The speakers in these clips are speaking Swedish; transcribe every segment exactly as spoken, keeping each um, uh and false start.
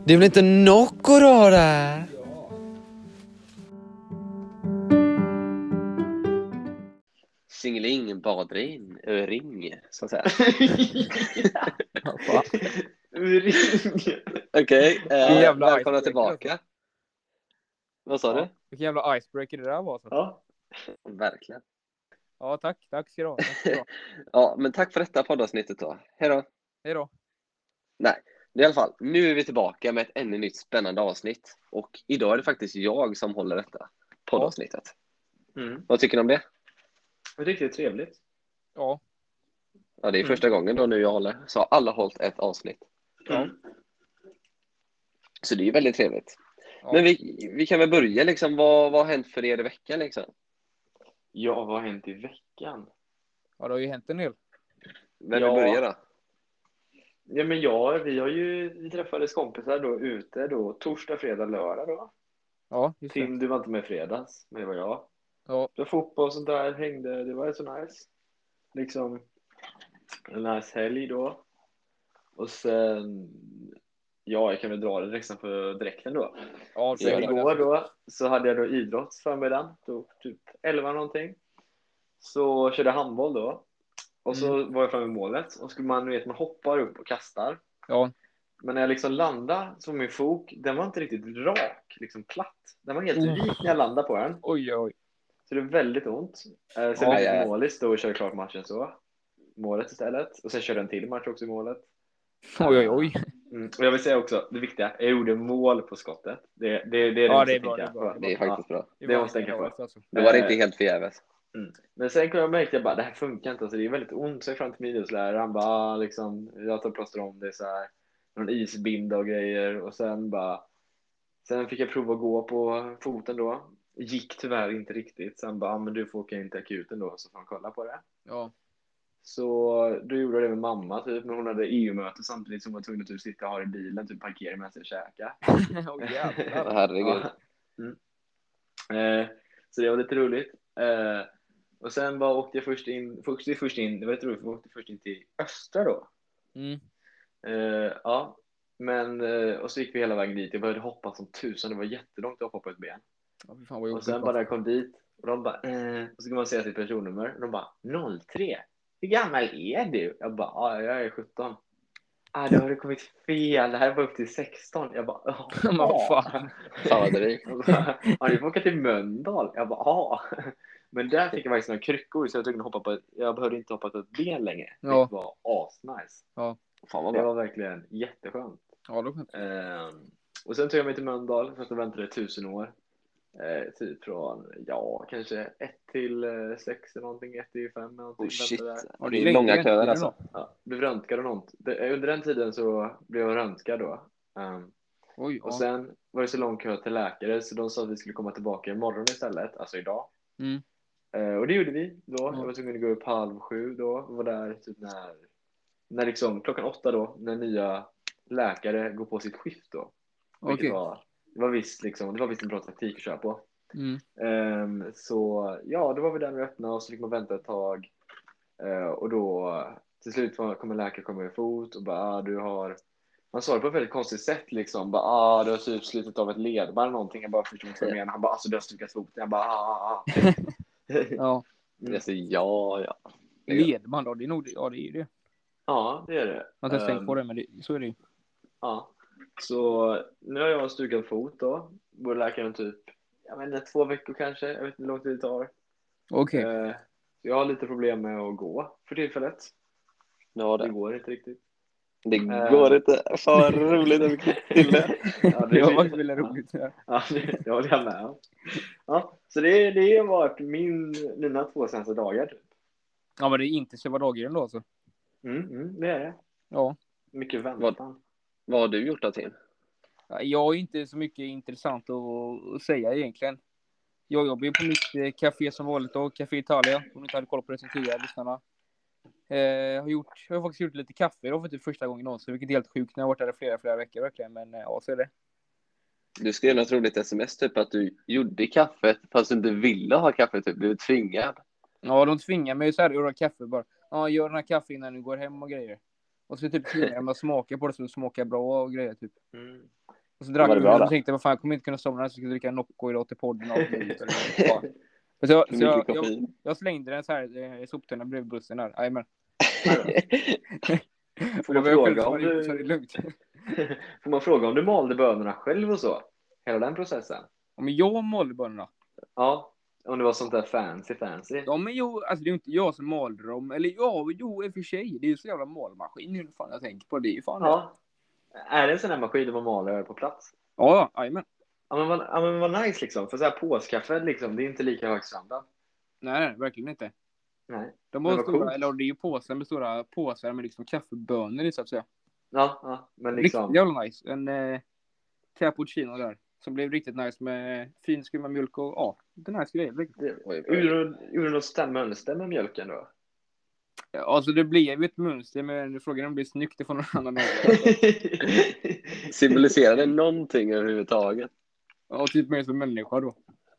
Det är väl inte Nocco då där? Singling, badrin, öring, så att säga. Öring. Okej, Vilken eh, jävla välkomna icebreaker, tillbaka. Vad sa Ja. du? Vilken jävla icebreaker det där var. Så. Ja. Verkligen. Ja, tack. Tack ska du ha. Tack ska du ha. Ja, men tack för detta poddavsnittet då. Hej då. Hej då. Nej, i alla fall, nu är vi tillbaka med ett ännu nytt spännande avsnitt. Och idag är det faktiskt jag som håller detta poddavsnittet. Mm. Vad tycker ni om det? Riktigt trevligt. Ja. Ja, det är Mm. första gången då nu jag håller. Så har alla hållit ett avsnitt. Mm. Så det är ju väldigt trevligt. Ja. Men vi, vi kan väl börja liksom. Vad, vad har hänt för er i veckan liksom? Ja, vad har hänt i veckan? Ja, det har ju hänt en del. Vem Ja. vill börja då? Ja, men ja, vi har ju vi träffades kompisar då ute då torsdag, fredag, lördag då. Ja, just det. Tim, du var inte med i fredags, men det var jag. Ja. Det var fotboll och sånt där, hängde, det var så nice. Liksom en nice helg då. Och sen, ja, jag kan väl dra det direkt för direkten då. Ja, Så igår då så hade jag då idrott förmiddagen, då typ elva någonting. Så körde jag handboll då. Och så Mm. var jag framme i målet. Och skulle man, vet, man hoppar upp och kastar. Ja. Men när jag liksom landade så min fot, den var inte riktigt rak, liksom platt. Den var helt Mm. vit när jag landade på den. Oj, oj. Så det är väldigt ont. Eh, sen Ja, blev ja, ja. jag målis då och körde klart matchen så. Målet istället. Och sen körde jag en till match också i målet. Oj, oj, oj. Mm. Och jag vill säga också, det viktiga, jag gjorde mål på skottet. Det, det, det är det Ja, jag det är måste bra, tänka det är bra. på. Det är faktiskt bra. Det måste jag tänka på. Alltså. Det var Eh, inte helt förgäves. Mm. Men sen kunde jag märka att det här funkar inte, alltså det är väldigt ont. Så jag fram till min idrottslärare, han bara ah, liksom, jag tar plåster om det så här, någon isbinda och grejer. Och sen bara, sen fick jag prova att gå på foten då. Gick tyvärr inte riktigt. Sen bara, ah, men du får åka in till akuten då så får man kolla på det. Ja. Så då gjorde jag det med mamma typ, men hon hade E U-möte samtidigt som hon var tvungen att typ sitta och ha i bilen, typ parkera med sig och käka. Åh, jävlar. Herregud. Ja. Mm. Eh, så det var lite roligt. Eh, och sen bara åkte jag först in, först, först in, det var lite roligt för jag åkte först in till Östra då. Mm. Eh, ja, men eh, och så gick vi hela vägen dit. Jag började hoppa som tusan, det var jättelångt att hoppa på ett ben. Ja, fy fan vad Och jobbigt. sen bara när jag kom dit och de bara, eh, och så kan man säga sitt personnummer och de bara noll tre. Hur gammal är du? Jag bara, ah, jag är sjutton. Ah, då har det kommit fel. Det här var upp till sexton. Jag bara, ah. Men vad fan. Fan vad drygt. Ja, du får åka till Mölndal. Jag bara, ja. Men där fick jag faktiskt några kryckor så jag tvungen hoppa på ett, jag behövde inte hoppa på ett ben längre. Ja. Det var asnice. Fan vad Det bra. var verkligen jätteskönt. Ja, då kan Ehm, och sen tog jag mig till Mölndal för att jag väntade tusen år. Eh, typ från, ja, kanske ett till eh, sex eller någonting, ett till fem eller någonting. Oh shit. Väntade där. Ja, Det är länge, långa det köer är alltså. Ja, blev röntgad och något. Det, under den tiden så blev jag röntgad då. Ehm, Oj, och ja. sen var det så lång kö till läkare så de sa att vi skulle komma tillbaka imorgon istället, alltså idag. Mm. Eh, och det gjorde vi då. Ja. Jag var tvungen att gå upp halv sju då. Och var där typ när, när liksom klockan åtta då, när nya läkare går på sitt skift då. Vilket Okej. var, det var visst liksom, det var visst en bra taktik att köra på. Mm. Ehm, så ja, då var vi där med öppna och så fick man vänta ett tag. Eh, och då till slut var- kom en läkare komma med fot och bara, ah, du har, man sa det på ett väldigt konstigt sätt liksom, bara, ah, du har typ slitit av ett ledband eller någonting. Jag bara förstod inte vad jag menade. Han bara, alltså du har stukat foten. Jag bara, ah, ah, ah. Ja. Jag säger ja, ja. Ledband då, det är nog, ja det är ju det. Ja, det är det. Jag har inte ens tänkt Ehm, på det, men det, så är det ju. Ja, så nu har jag stukat fot då. Borde läkaren typ, jag vet inte, två veckor kanske. Jag vet inte hur lång tid det tar. Okej. Eh, så jag har lite problem med att gå för tillfället. Ja, Det det. går inte riktigt. Det Eh. går inte. Fan vad roligt att vi kan till det. Ja, Det var är- faktiskt väldigt ja. roligt. Ja. Ja, det, det håller jag med om. Ja, så det, det har varit min, mina två senaste dagar typ. Ja, men det är inte så dagar ändå alltså. Mm, mm, det är det. Ja. Mycket väntan. Vad har du gjort då, Tim? Ja, jag har inte så mycket intressant att, att säga egentligen. Jag jobbar ju på mitt eh, café som vanligt då, Café Italia. Om ni inte hade koll på det sen tidigare, lyssnarna. Eh, har gjort, jag har faktiskt gjort lite kaffe då för typ första gången någonsin, vilket är helt sjukt när jag har varit där i flera, flera veckor verkligen. Men eh, ja, så är det. Du skrev något roligt sms typ att du gjorde kaffet fast du inte ville ha kaffe typ. Du blev tvingad. Ja, de tvingar mig så här att göra kaffe bara. Ja, gör den här kaffe innan du går hem och grejer. Och så typ tvingar de att smaka på det så det smakar bra och grejer typ. Mm. Och så drack Var det vi bra och då? tänkte vad fan, jag kommer inte kunna somna, så jag ska dricka Nocco idag till podden. Och fan. Så, jag, För så jag, mycket jag, koffein. jag slängde den så här eh, i soptunnan bredvid bussen där. Jajamän. Får Det man var jag själv fråga som om hade gjort, så det är du... lugnt. Får man fråga om du malde bönorna själv och så? Hela den processen? Ja, men jag malde bönorna. Ja, om det var sånt där fancy fancy. Ja, men jo, alltså det är ju inte jag som malde dem. Eller ja, jo, i och för sig. Det är ju så jävla malmaskin. Hur fan jag tänker på det. Det är ju fan det. Ja. Är det en sån här maskin där man maler på plats? Ja, jajamän. Ja men, vad, ja men vad nice liksom. För så här påskaffe liksom, det är inte lika hög standard. Nej, nej, verkligen inte. Nej. De Men har vad stora, coolt. eller det är ju påsar med stora påsar med liksom kaffebönor i, så att säga. Ja, ja. Men Riktigt liksom. jävla nice. En eh, cappuccino där. Som blev riktigt nice med fin skumma mjölk och ja, det är nice grejer. Riktigt. Det, Oj, bra. ur, ur något stäm, mönster med mjölken då? Ja, alltså det blev ju ett mönster, men frågan om det blir snyggt ifrån någon annan. Symboliserar det någonting överhuvudtaget? Ja, typ mer som människa då.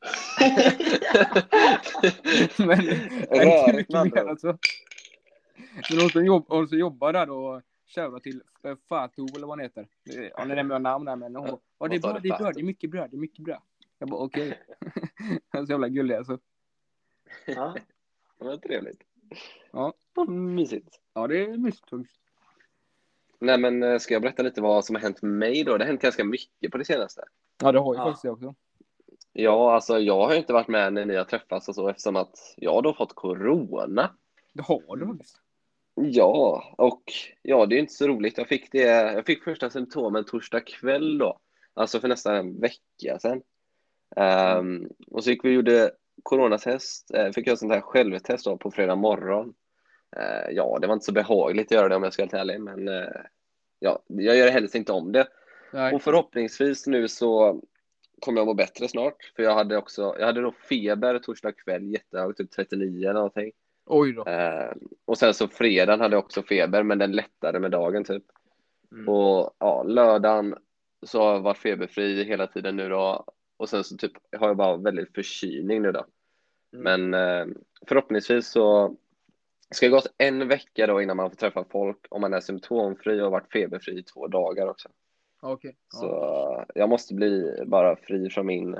Men nej, det är Rörigt mycket med andra mer ord. alltså. Men hon som, jobb, hon som jobbar där då, shoutout till eh, Fatou eller vad han heter. Eh, Ja, ni nämner namn där, men hon bara, ja, det är Vad sa bra, du, det är bra, Fatou? det är mycket bra, det är mycket bra. Jag bara, okej. Han är så jävla gullig alltså. Ja. Det var trevligt. Ja. Vad mysigt. Ja, det är mysigt faktiskt. Nej, men eh, ska jag berätta lite vad som har hänt med mig då? Det har hänt ganska mycket på det senaste. Ja, det har ju Ja. faktiskt det också. Ja, alltså jag har ju inte varit med när ni har träffats och så, eftersom att jag har då fått corona. Det har du faktiskt. Ja, och ja, det är inte så roligt. Jag fick det, jag fick första symptomen torsdag kväll då, alltså för nästan en vecka sedan. Um, och så gick vi och gjorde coronatest, uh, fick jag sånt här självtest då på fredag morgon. Uh, ja, det var inte så behagligt att göra det om jag ska vara helt ärlig, men uh, ja, jag gör helst inte om det. Nej. Och förhoppningsvis nu så kommer jag må bättre snart, för jag hade också, jag hade då feber torsdag kväll, jättehög, typ trettionio eller någonting. Oj då. Eh, och sen så fredagen hade jag också feber, men den lättade med dagen typ. Mm. Och ja, lördagen så har jag varit feberfri hela tiden nu då. Och sen så typ har jag bara väldigt förkylning nu då. Mm. Men eh, förhoppningsvis så ska det gå en vecka då innan man får träffa folk om man är symptomfri och har varit feberfri i två dagar också. Okej. Så Ja. jag måste bli bara fri från min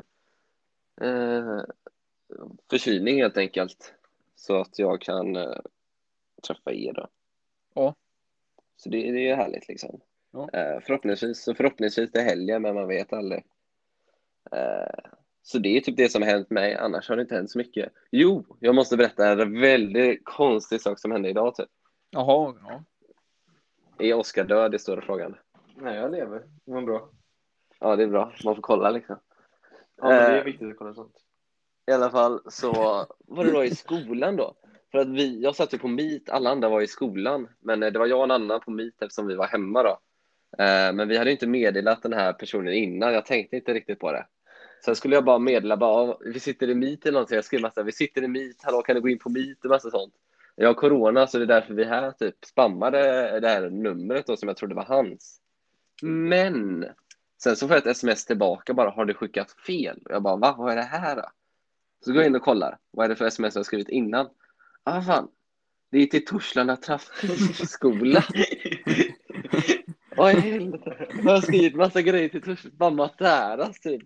eh, förkylning helt enkelt. Så att jag kan eh, träffa er då. Ja. Så det, det är härligt liksom. Ja. Eh, förhoppningsvis, så förhoppningsvis det är helgen, men man vet aldrig. Eh, så det är typ det som har hänt mig. Annars har det inte hänt så mycket. Jo, jag måste berätta en väldigt konstig sak som hände idag typ. Jaha, ja. Är Oskar död? Det står frågan. Nej, jag lever. Det var bra. Ja, det är bra. Man får kolla liksom. Ja, men det är Eh, viktigt att kolla sånt. I alla fall så var det då i skolan då. För att vi, jag satt ju på Meet, alla andra var i skolan. Men eh, det var jag och en annan på Meet eftersom vi var hemma då. Eh, men vi hade inte meddelat den här personen innan. Jag tänkte inte riktigt på det. Sen skulle jag bara meddela, bara, vi sitter i Meet eller någonting. Jag skrev massa, vi sitter i Meet, hallå kan du gå in på Meet och massa sånt. Jag har corona så det är därför vi här typ spammade det här numret då som jag trodde var hans. Men sen så får jag ett sms tillbaka bara, har du skickat fel? Och jag bara, va? Vad är det här då? Så går jag in och kollar. Vad är det för sms jag har skrivit innan? Ah, fan. Det är till Torslanda trafikskola. Vad i helvete? Jag har skrivit massa grejer till Torslanda. Bara Matäras typ.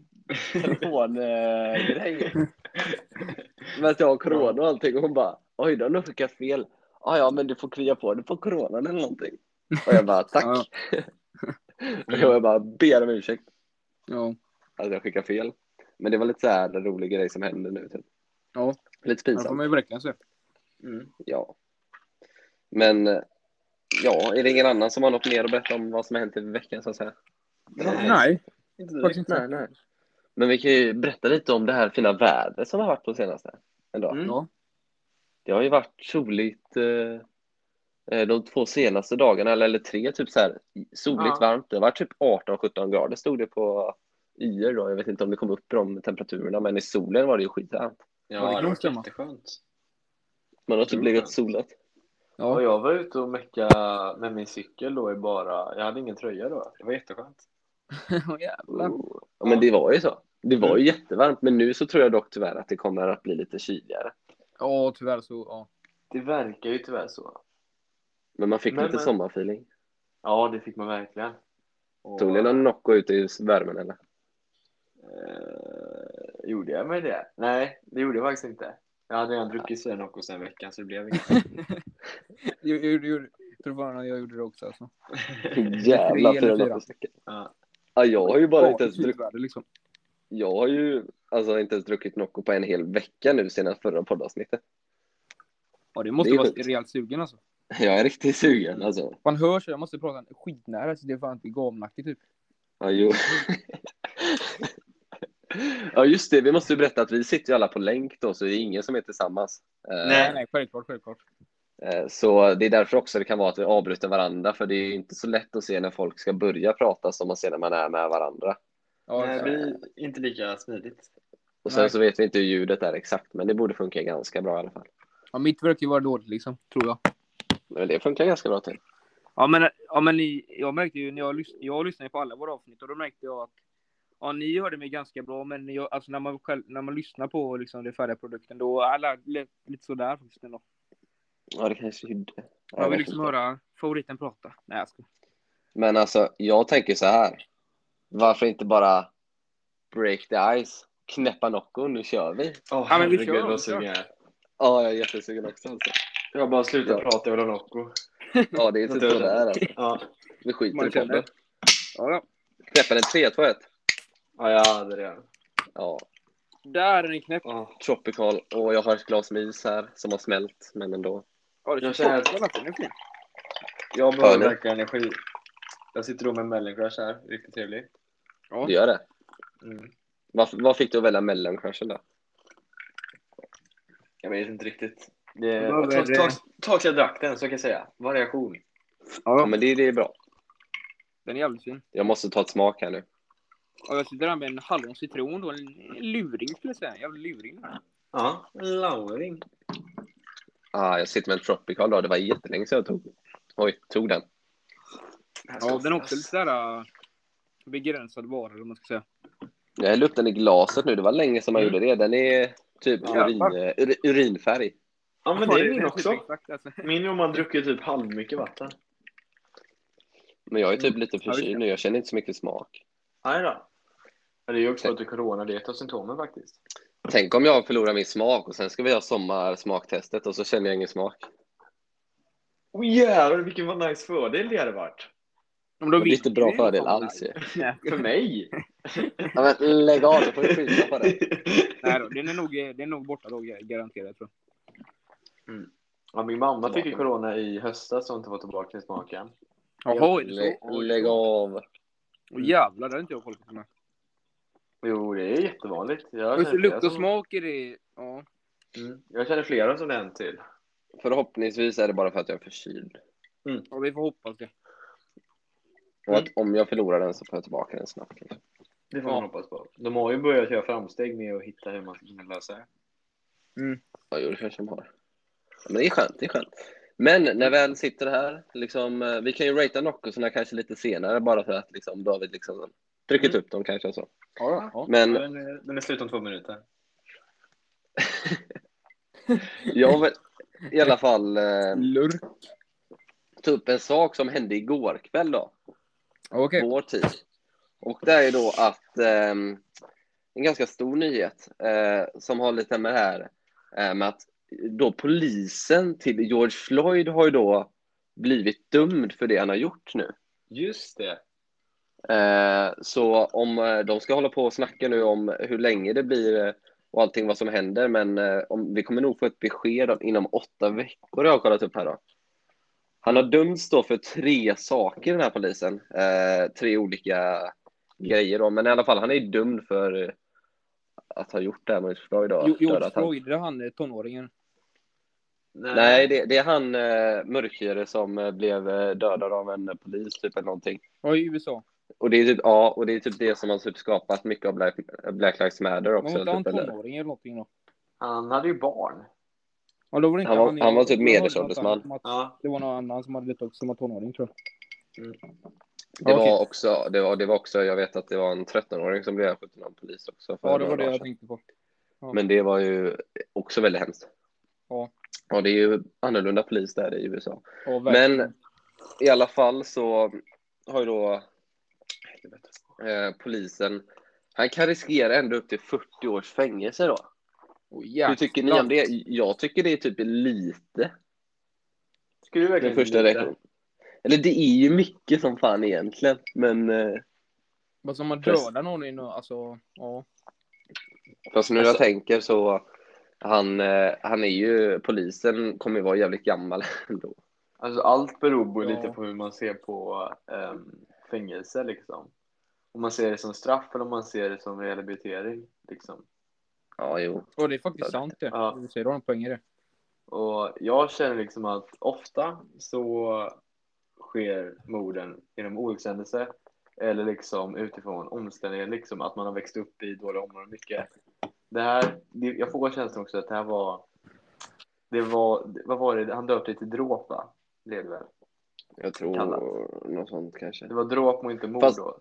Telefongrej. Men att jag har corona och allting. Och hon bara, oj då, nu fick jag fel. Ah, ja, men du får krya på det på corona eller någonting. Och jag bara, tack. Ja. Och jag bara, ber om ursäkt. Ja. Att jag skickade fel. Men det var lite så här en rolig grej som hände nu typ. Ja. Lite Det får pinsamt. man ju verkligen se. Mm. Ja. Men ja, är det ingen annan som har något mer att berätta om vad som har hänt i veckan så att säga? Nej. Inte Faktiskt inte. Nej, nej. Men vi kan ju berätta lite om det här fina vädret som har varit på senaste. Ändå. Mm. Ja. Det har ju varit soligt eh, de två senaste dagarna, eller, eller tre, typ så här soligt Ja. varmt. Det har varit typ arton sjutton grader stod det på yr då. Jag vet inte om det kom upp de temperaturerna, men i solen var det ju skitvarmt. Ja, det Ja, kan det var stämma. jätteskönt. Man har typ Mm. legat solat. Och Ja. jag var ute och mecka med min cykel då i bara, jag hade ingen tröja då. Det var jätteskönt. Åh, jävlar. Oh. Ja, men det var ju så. Det var ju jättevarmt, men nu så tror jag dock tyvärr att det kommer att bli lite kyligare. Ja, tyvärr så. Ja. Det verkar ju tyvärr så. Men man fick Men- lite men- sommarfeeling. Ja, det fick man verkligen. Och, Tog ni någon Nocco ut i värmen eller? eh, gjorde jag med det? Nej, det gjorde jag faktiskt inte. Jag hade redan druckit så Nocco sen veckan så det blev inget. Jag, jag, jag, jag tror fan jag gjorde det också alltså. Jävla Tre eller fyra fyra. Nocco stycken. Ja. Ja, jag har ju bara inte ens Farligt druckit. slutvärde, liksom. Jag har ju alltså inte ens druckit Nocco på en hel vecka nu sedan förra poddavsnittet. Ja, det måste Det är vara sjukt. rejält sugen alltså. Jag är riktigt sugen alltså. Man hör så jag måste prata skitnära så det är fan inte gamnaktigt typ. Ja, jo. Ja, just det. Vi måste ju berätta att vi sitter ju alla på länk då, så det är ingen som är tillsammans. Eh, Nej, nej, självklart, självklart. eh, Så det är därför också det kan vara att vi avbryter varandra, för det är ju inte så lätt att se när folk ska börja prata som man ser när man är med varandra. Ja, Nej, det så- blir inte lika smidigt. Och sen Nej. så vet vi inte hur ljudet är exakt, men det borde funka ganska bra i alla fall. ja, mitt verkar ju vara dåligt liksom, tror jag. Men det funkar ganska bra till. Ja, men, ja, men ni, jag märkte ju när jag, lys- jag lyssnade på alla våra avsnitt och då märkte jag att ja, ni hörde mig ganska bra, men jag, alltså, när, man själv, när man lyssnar på liksom, det färdiga produkten då är alla lite, lite sådär faktiskt ändå. Ja, det kanske gjorde. Ja, Jag jag vill vet liksom inte. höra favoriten prata. Nej, jag ska. Men alltså, jag tänker så här. Varför inte bara break the ice? Knäppa Nocco, nu kör vi. Åh, Ja, men vi herregud, kör då, vad vi kör. sugen jag är. Ja, jag är jättesugen också alltså. Jag har bara slutat Ja. prata, jag vill ha Nocco. Ja, det är typ Det är så det är alltså. Ja, Vi skiter Man i podden. känner. Ja, ja. Knäpper en tre två ett. ja jag hade det. Ja, Där är ni knäpp. Ja. tropical. Och jag har ett glas med is här som har smält, men ändå. Ja, det Jag känns känner- toppen, alltså. Den är fin. Jag Hör behöver ni? verkligen energi. Jag sitter då med Mellencrush här, riktigt trevlig. Ja. Du gör det. Mm. Vad, vad fick du att välja melloncrushen då? Jag vet inte riktigt. Det Jag är behöver- tag, tag, tag sedan jag drack den, så kan jag säga. Variation. Ja, men det, det är bra. Den är jävligt fin. Jag måste ta ett smak här nu. Och jag sitter där med en hallon citron då. En luring skulle jag säga. En jävla luring. Ja, lauring. Ah, jag sitter med en tropical då. Det var jättelänge sedan jag tog. Oj, tog den. Ja, den är också lite sådär äh, begränsad vara, om man ska säga. Jag hällde upp den i glaset nu. Det var länge sedan man Mm. gjorde det. Den är typ Ja. urin, ur, urinfärg. Ja, men det är Ja, min typ också. exakt, alltså. Min och man druckit typ halvmycket vatten. Men jag är typ lite Ja, visst. förkyld nu. Jag känner inte så mycket smak. Nej då. Ja, det är ju också för att det är corona, det är ett av symptomen faktiskt. Tänk om jag förlorar min smak och sen ska vi ha sommarsmaktestet och så känner jag ingen smak. Åh oh, jävlar, vilken vad nice fördel det hade varit. Men Det är inte bra vinner vi, fördel fan. alls ju. Nej, För mig. Ja, men lägg av, då får vi skita på det. Nej då, den är nog, den är nog borta då, garanterat tror jag. Ja, min mamma fick ju corona i höstas och inte fått tillbaka till smaken. Jaha, är det Lä, så? lägg av. Åh, jävlar, det har inte jag koll på. Med. Jo, det är jättevanligt. Jag Och så känner lukt och flera som... smak är det... Ja. Mm. Jag känner flera som det hänt till. Förhoppningsvis är det bara för att jag är förkyld. ja, vi får hoppas det. Och att om jag förlorar den så får jag tillbaka den snabbt. Liksom. Det får Ja. man hoppas på. De har ju börjat göra framsteg med att hitta hur man ska kunna lösa det. Ja, jo, det kanske de har. Ja, men det är skönt, det är skönt. Men när väl sitter här, liksom, eh, vi kan ju ratea Noccosarna kanske lite senare bara för att liksom, David liksom trycket Mm. upp dem kanske och så. Ja, ja. Men Ja, den, är, den är slut om två minuter. jag vill i alla fall eh, Lurk. ta upp en sak som hände igår kväll då. Okej. Vår tid. Och det är då att eh, en ganska stor nyhet eh, som har lite med det här eh, med att då polisen till George Floyd har ju då blivit dömd för det han har gjort nu. Just det. Eh, så om eh, de ska hålla på och snacka nu om hur länge det blir eh, och allting vad som händer, men eh, om, vi kommer nog få ett besked om, inom åtta veckor har jag kollat upp här då. Han har dömts då för tre saker, den här polisen. Eh, tre olika grejer då, men i alla fall han är dömd för eh, att ha gjort det här med Floyd då. Jo- George Dödat han. Floyd, det är han eh, tonåringen. Nej, det, det är han eh, mörkhyade som eh, blev eh, dödad av en eh, polis typ eller någonting. Ja, i U S A. Och det är typ, ja, och det är typ det som har typ skapat mycket av Black, Black Lives Matter Men var också. inte han Typ, eller? tonåring eller någonting då? Han hade ju barn. Ja, då var det inte Han var- han var typ jag hörde medelåldersman. något annat, Ja. Det var någon annan som hade dött också som var tonåring tror jag. Det var Okej. också, det var, det var också, jag vet att det var en tretton-åring som blev skjuten av polis också. För Ja, det var några det dagar jag sedan. tänkte på. Ja. Men det var ju också väldigt hemskt. Ja. Ja, det är ju annorlunda polis där i U S A. Ja, verkligen. Men i alla fall så har ju då det bättre. eh, polisen, han kan riskera ända upp till fyrtio års fängelse då. Oh, Hur tycker ni om det? Jag tycker det är typ lite. Skulle du Den verkligen första lite? reaktionen. Eller det är ju mycket som fan egentligen, men eh, Vad som man Fast- dödar någon i nu, alltså, ja. fast nu Alltså- jag tänker så han, eh, han är ju, polisen kommer ju vara jävligt gammal ändå. Alltså allt beror på Ja. lite på hur man ser på um, fängelse liksom. Om man ser det som straff eller om man ser det som rehabilitering liksom. Ja, jo. Och det är faktiskt sant det. Ja. Du säger du har en poäng i det. Och jag känner liksom att ofta så sker morden genom olyckshändelse eller liksom utifrån omständigheter, liksom att man har växt upp i dåliga områden mycket. Det här, det, jag får känslan också att det här var, det var, vad var det, han döpte det till dråp va? Blev det väl? Jag tror Kallat. något sånt kanske. Det var dråp och inte mord Fast- då.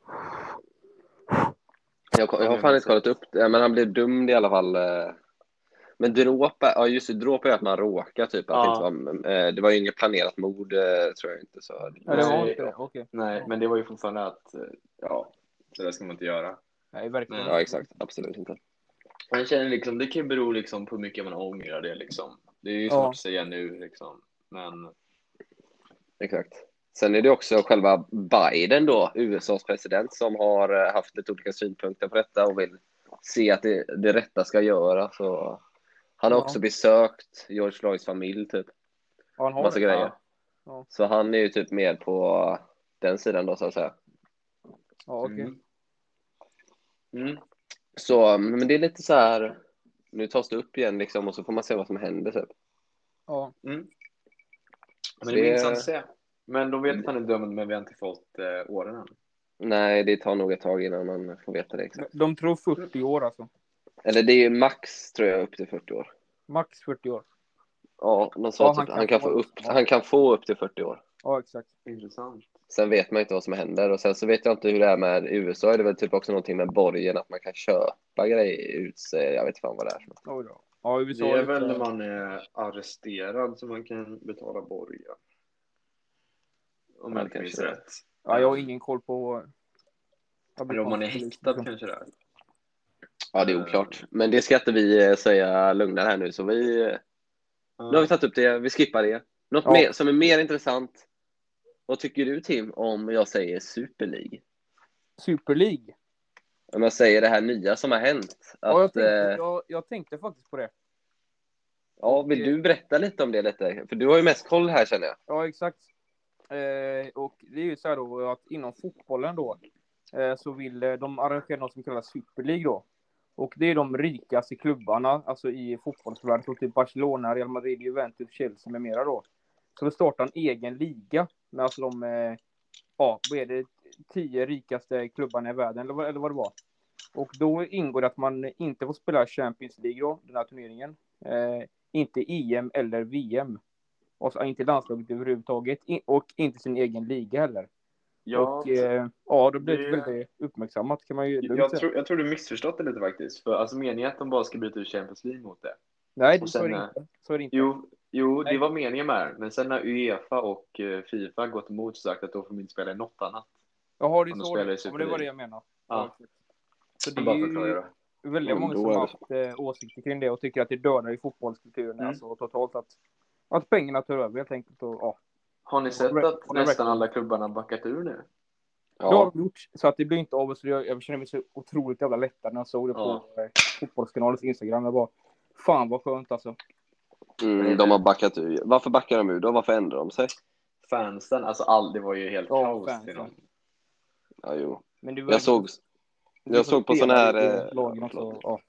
Jag, jag har fan inte kollat upp det, men han blev dömd i alla fall. eh. Men dråp, ja just det, dråp är att man råkar typ. Att Ja. det, inte var, eh, det var ju inget planerat mord, eh, tror jag inte. Så. Ja, det var Nej. inte det. Okej. Nej, men det var ju fortfarande att, eh, ja, så det ska man inte göra. Nej, verkligen. Nej. Ja, exakt. Absolut inte. Man känner liksom, det kan ju bero liksom på hur mycket man ångrar det liksom. Det är ju Ja. svårt att säga nu liksom. Men Exakt. Sen är det också själva Biden då, U S A:s president, som har eh, haft lite olika synpunkter på detta och vill se att det, det rätta ska göras. Så han har Ja. också besökt George Floyds familj typ. Ja, han har Massa det. grejer. Ja. Så han är ju typ med på den sidan då så att säga. Ja, okej. Mm. Mm. Så, men det är lite så här, nu tas det upp igen liksom och så får man se vad som händer typ. Ja. Mm. Så Men det är det- intressant att se. Men de vet att han är dömd, men vi har inte fått eh, åren än. Nej, det tar nog ett tag innan man får veta det exakt. De tror fyrtio år alltså. Eller det är ju max tror jag upp till fyrtio år. Max fyrtio år. Ja, de sa Ja, typ han han, kan han kan få- få upp, han kan få upp till fyrtio år. Ja, exakt. Intressant. Sen vet man inte vad som händer och sen så vet jag inte hur det är med U S A. Är det väl typ också någonting med borgen att man kan köpa grejer ut sig. Jag vet inte fan vad det är för något. Oj då. Ja, U S A Det är lite- väl när man är arresterad som man kan betala borgen. Om Ja, jag inte kanske minns det. rätt. Ja, jag har ingen koll på... Eller om man är häktad liksom. kanske det är. Ja, det är oklart. Men det ska inte vi eh, säga lugnare här nu. Så vi, eh, nu har vi tagit upp det. Vi skippar det. Något Ja. mer, som är mer intressant. Vad tycker du Tim om jag säger Super League? Super League. Om jag säger det här nya som har hänt. Ja, jag Att, tänkte, eh, jag, jag tänkte faktiskt på det. ja, vill du berätta lite om det lite? För du har ju mest koll här känner jag. Ja, exakt. Eh, och det är ju så här då att inom fotbollen då eh, så vill eh, de arrangera något som kallas Super League då. Och det är de rikaste klubbarna, alltså i fotbollsvärlden, som typ Barcelona, Real Madrid, Juventus, Chelsea med mera då. Så vi startar en egen liga med alltså de, eh, ja, vad är det, tio rikaste klubbarna i världen, eller vad, eller vad det var. Och då ingår det att man inte får spela Champions League då, den här turneringen. Eh, inte E M eller V M. Och så inte landslaget överhuvudtaget. In, och inte sin egen liga heller. Ja, och eh, ja, då blir det det- väldigt uppmärksammat kan man ju lugnt jag, säga. tror, jag tror du missförstått det lite faktiskt. För alltså meningen är att de bara ska byta ut Champions League mot det. Nej, det och så är sen, det eh, inte. Så är det inte. Jo, jo det Nej. var meningen med det. Men sen när UEFA och eh, FIFA gått emot och sagt att då får de inte spela i något annat. Jaha, det är om de så. spelar i Det, ja, Super men det var League. det jag menar. Ja. Ja. Så det Bara är förklara ju det. väldigt Ja, många då som är har det- haft eh, åsikter kring det och tycker att det dödar i fotbollskulturen Mm. alltså, totalt. Att, att pengarna tar över helt enkelt. Och, ja. Har ni sett Ja, att ja, nästan verkligen. alla klubbarna backat ur nu? Det har Ja, de gjort, så att det blir inte av. Så jag, jag känner mig så otroligt jävla lättad när jag såg det Ja. på eh, fotbollskanalens Instagram. Jag bara, fan vad skönt alltså. mm, de har backat ur. Varför backar de ur då? Varför ändrar de sig? Fansen, alltså all, det var ju helt Ja, kaos. fansen. Till dem. Ja, jo. Men det var Jag såg, jag såg på sån här... eh, lagen ja, också. förlåt. Ja.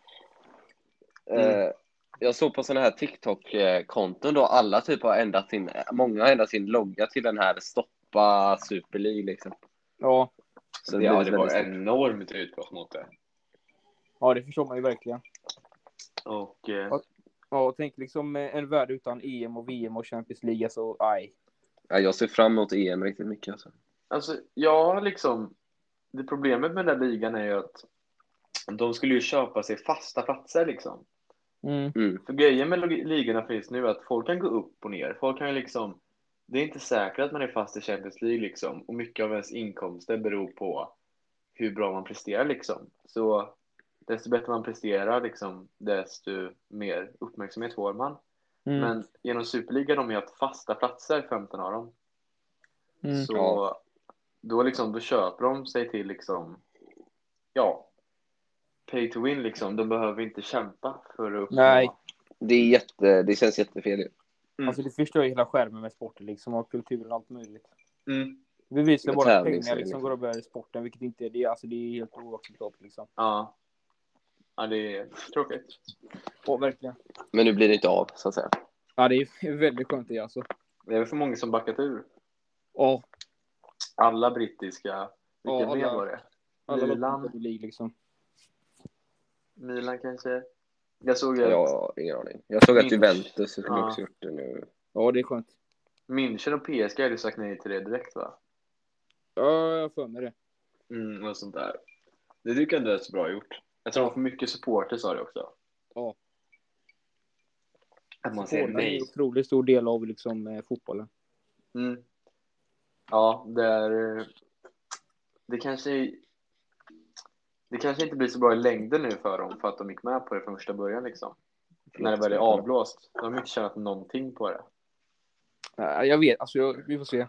Eh, jag såg på såna här TikTok-konton då, alla typ har ändrat sin, många har ändrat sin logga till den här stoppa Super League liksom. Ja. Så Det, ja, blir det var väldigt stort. enormt utbrott mot det. ja, det förstår man ju verkligen. Och eh, Ja. Ja, och tänk liksom eh, en värld utan E M och V M och Champions League, så aj. Ja, jag ser fram emot E M riktigt mycket alltså. alltså, ja, liksom det problemet med den där ligan är ju att de skulle ju köpa sig fasta platser liksom. Mm. Mm. För grejen med log- ligorna finns nu är att folk kan gå upp och ner. Folk kan ju liksom det är inte säkert att man är fast i Champions League liksom. Och mycket av ens inkomster beror på hur bra man presterar liksom. Så desto bättre man presterar liksom, desto mer uppmärksamhet får man. Mm. Men genom Superliga de har haft fasta platser, femton av dem. Mm. Så Ja. då liksom, då köper de sig till liksom, ja, pay to win liksom. De behöver inte kämpa för att uppnå. Nej. Det är jätte, det känns jättefel ju. Mm. Alltså det förstör ju hela skärmen med sporten liksom, och kulturen och allt möjligt. Mm. Vi visar Med bara tävling, pengar så liksom liksom. går över i sporten, vilket inte är det. Alltså det är helt oacceptabelt liksom. Ja. Ja, det är tråkigt. Ja, verkligen. Men nu blir det inte av, så att säga. Ja, det är väldigt skönt det alltså. Det är väl för många som backat ur. Ja, Alla brittiska. Vilka Ja, mer alla- var det? alla Milan. Milan. liksom. Milan kanske. Jag såg Jag att har ingen aning. Jag såg att Minch. Juventus skulle Ja. också gjort det nu. Ja, det är skönt. München och P S G hade sagt nej till det direkt, va? Ja, jag har för mig det. Mm, och sånt där. Det tycker jag inte är så bra gjort. Jag tror de får mycket supporter, sa det också. Ja. Att man säger Fotbollen är en nej. otroligt stor del av liksom, eh, fotbollen. Mm. Ja, det är... Det kanske... Det kanske inte blir så bra i längden nu för dem, för att de gick med på det från första början liksom. När det väl är avblåst. De har inte tjänat någonting på det. Ja, jag vet, alltså jag, vi får se.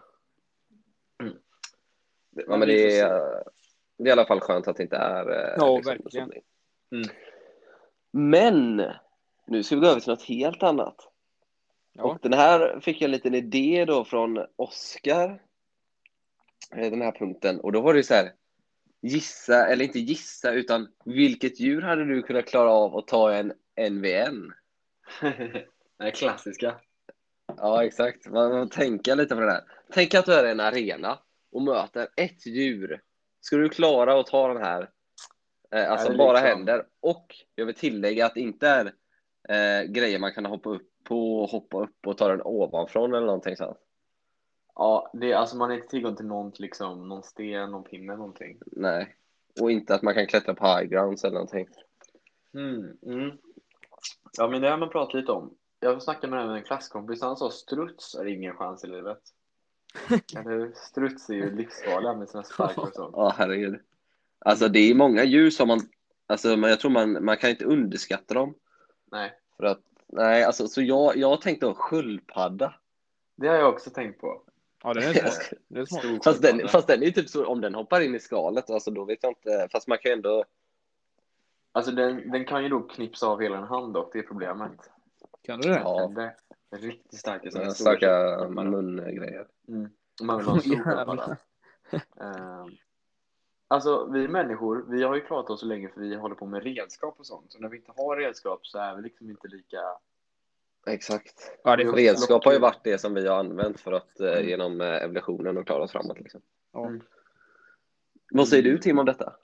Ja, men det är, det är i alla fall skönt att det inte är... eh, Ja, liksom, verkligen. så. Mm. Men nu ska vi gå över till något helt annat. Ja. Och den här fick jag en liten idé då från Oscar. eh, Den här punkten. Och då var det ju så här: gissa, eller inte gissa, utan vilket djur hade du kunnat klara av att ta en N V N? Det är klassiska. Ja, exakt. Man man tänker lite på det där. Tänk att du är i en arena och möter ett djur. Ska du klara att ta den här? Eh, alltså Är det bara liksom- händer. Och jag vill tillägga att det inte är eh, grejer man kan hoppa upp på och hoppa upp och ta den ovanifrån eller någonting sånt. Ja, det är, alltså man har inte tillgång till någon, liksom, någon sten, någon pinne, någonting. Nej. Och inte att man kan klättra på high grounds eller någonting. Mm, mm. Ja, men det har man pratat lite om. Jag snackade med en klasskompis, han sa struts är ingen chans i livet. Eller, struts är ju livsfarliga med sina sparkar och sånt. Ja, herregud. Alltså det är många djur som man... Alltså men jag tror man, man kan inte underskatta dem. Nej, För att... Nej, alltså så jag, jag tänkte då sköldpadda. det har jag också tänkt på. Ja, det är smart. Det är smart. Stor Fast den, sköldpadda. fast den är ju typ så, om den hoppar in i skalet, alltså då vet jag inte, fast man kan ju ändå, Alltså den, den kan ju då knipsa av hela en hand dock, det är problemet. Kan du det? ja, Det är riktigt starka sådana sådana stora starka köttbullar. mungrejer. Mm. Man vill ha en stor Jävlar. sköldpadda. Ehm, Alltså vi människor, vi har ju klarat oss så länge för vi håller på med redskap och sånt. Så när vi inte har redskap så är vi liksom inte lika... Exakt. Ja, det är Redskap har ju varit det som vi har använt för att eh, Mm. genom eh, evolutionen och klara oss framåt liksom. Ja. Mm. Vad säger du Tim om detta?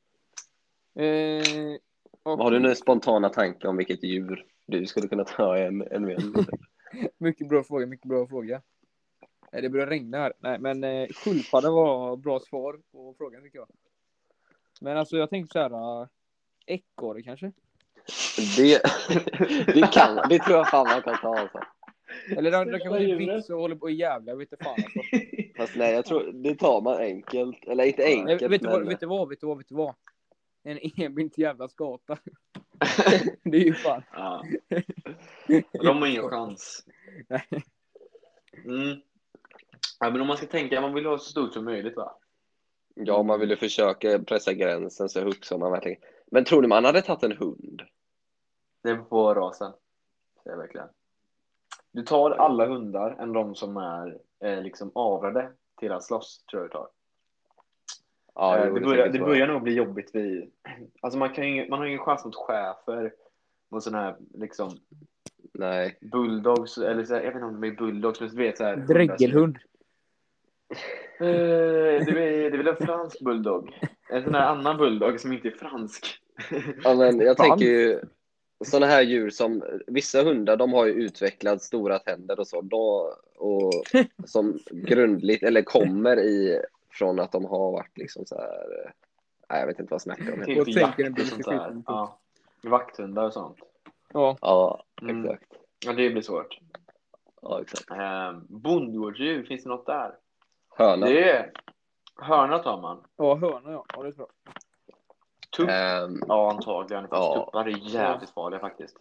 Eh, och Har du några spontana tankar om vilket djur du skulle kunna ta en, en vän? Mycket bra fråga, mycket bra fråga. Eh, Det börjar regna här. Nej, men eh, sköldpadda var bra svar på frågan tycker jag. Men alltså jag tänkte så här, äh, ekorre kanske? Det, det kan det tror jag fan man kan ta alltså. Eller de, de Största kanske är djuret. vits och håller på och jävla, jag vet inte fan alltså. Fast nej, jag tror det tar man enkelt. Eller inte Nej, enkelt, vet, du vad, men... vet du vad, vet du vad, vet du vad? En enbent jävla skata. Det är ju fan. Ja. De har ingen chans. Nej. Mm. Ja, men om man ska tänka, man vill ha så stort som möjligt va? Ja, man vill ju försöka pressa gränsen så högt som man verkligen... Men tror du man hade tagit en hund? Det är på rasen. Det är verkligen. Du tar alla hundar än de som är eh, liksom avrade till att slåss, tror jag du tar. Ja, Eh, jo, det, det börjar, tänker det jag. börjar nog bli jobbigt vid... Alltså man, kan ju, man har ingen chans mot schäfer, mot sådana här liksom Nej. bulldogs, eller så här, jag vet inte om de är bulldogs, men du vet så här... Dräggelhund. Eh, det, är, det är väl en fransk bulldog. En sån här annan bulldog som inte är fransk. Ja, men jag Fan. tänker ju sådana här djur som vissa hundar, de har ju utvecklat stora tänder och så då, och som grundligt eller kommer i från att de har varit liksom så här, nej, jag vet inte vad jag snackar om. Till Och för tänker en jakt och sånt där. bild- Ja. Vakthundar och sånt. Ja. Ja, Mm. exakt. Ja, det blir svårt. Ja, exakt. Eh, bondgårdsdjur, finns det något där? Höna. Det är hörna tar man. Ja, hörna ja. Ja, det tror jag. Tupp? Ehm, Ja, antagligen. Fast ja. tuppar är jävligt farliga faktiskt.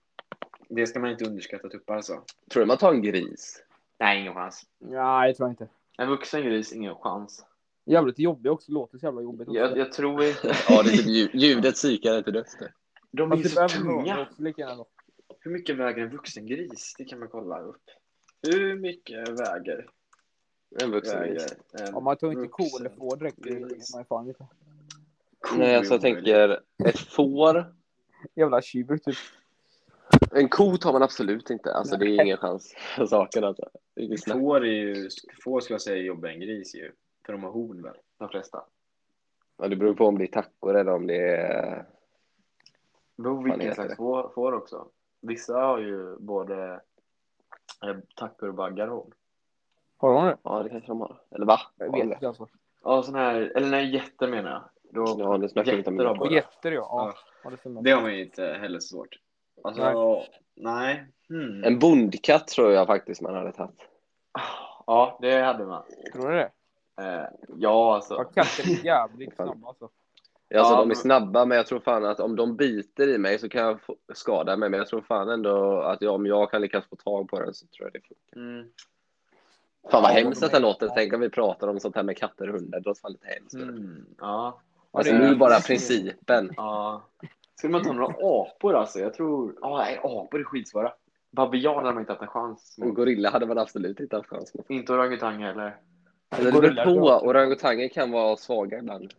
Det ska man inte underskatta, tuppar alltså. tror du man tar en gris? Nej, ingen chans. Nej, det tror jag inte. En vuxen gris, ingen chans. Jävligt jobbigt också. Låter så jävla jobbigt också. Jag, jag tror inte... Ja, det är typ ljud, ljudet psykar inte döds det. De är Fast ju typ så även hörnor tunga. också lika gärna då. Hur mycket väger en vuxen gris? Det kan man kolla upp. Hur mycket väger? En vuxen gris. väger en Om man tar inte ko vuxen eller får direkt. Det är gris? man fan inte. Ko Nej, är alltså jag omöjligt. tänker ett får. Jävla tjur typ. En ko tar man absolut inte. Alltså det är ingen chans för saken. Alltså. Det är inget snack. Får är ju, får skulle jag säga jobbar en gris ju. För de har horn väl, de flesta. Ja, det beror på om det är tackor eller om det är... Det beror på Fan, vilken heter slags det. får, får också. Vissa har ju både eh, tackor och baggar horn. Har de det? Ja, det kanske de har. Eller va? Jag Har vet de det? inte alltså. Ja, sån här, eller nej, jätter menar jag. Då, Ja, det snackar vi inte om jätter har nu. båda. Getter ja. Ja, ja det stämmer. Det har man ju inte heller så svårt. Alltså, Nej. nej. Hmm. En bondkatt tror jag faktiskt man hade tagit. Ja, det hade man. Tror du det? Eh, ja, alltså. Ja, katter är jävligt snabba alltså. Alltså Ja, de är men- snabba, men jag tror fan att om de biter i mig så kan jag få skada mig. Men jag tror fan ändå att jag, om jag kan lyckas få tag på den så tror jag det funkar. Mm. Fan vad Ja, hemskt de att det är- låter. Tänk om vi pratar om sånt här med katter och hundar. Det låter fan lite hemskt. Mm. Ja. Alltså Ja, det är- nu bara principen. Ja. Skulle man ta några apor alltså? Jag tror... Ja, nej, apor är skitsvåra. Babian hade man inte haft en chans En mot. gorilla hade man absolut inte haft chans med. Inte orangutang heller. Eller det beror på. Orangutanger kan vara svaga ibland.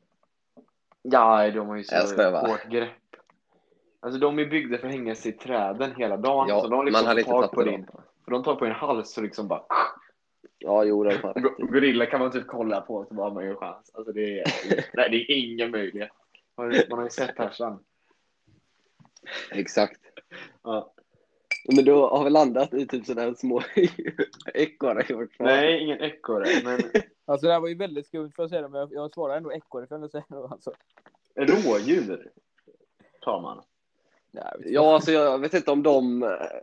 Ja, de har ju Jag så skojar bara. hårt grepp. Alltså de är byggda för att hänga sig i träden hela dagen. Ja, så de har liksom man hade fått inte tag på tagit din. dem. För de tar på en hals så liksom bara... Ja, jo, det är fan rätt. Go- Gorilla kan man typ kolla på så bara man gör chans. Alltså det är... Nej, det är ingen möjlighet. Man har- Man har ju sett härsan. Exakt. Ja. Men då har vi landat i typ sådana här små ekorrar. Nej, ingen ekorre. Men Alltså det här var ju väldigt skumt för att säga det, men jag, jag svarar ändå ekorre för att säga det alltså. rådjur tar man. Nej, jag vet inte. Ja, alltså jag vet inte om de...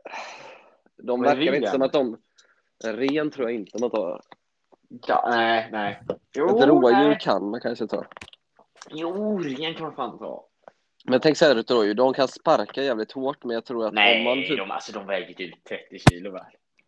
De Men verkar ren? inte som att de... En ren tror jag inte man tar. Ja, nej, nej. Jo, Ett rådjur nej. kan man kanske ta. Jo, ren kan man fan ta. Men tänk så här, ett rådjur, de kan sparka jävligt hårt, men jag tror att om man Nej, typ... de, alltså, de väger typ trettio kilo väl.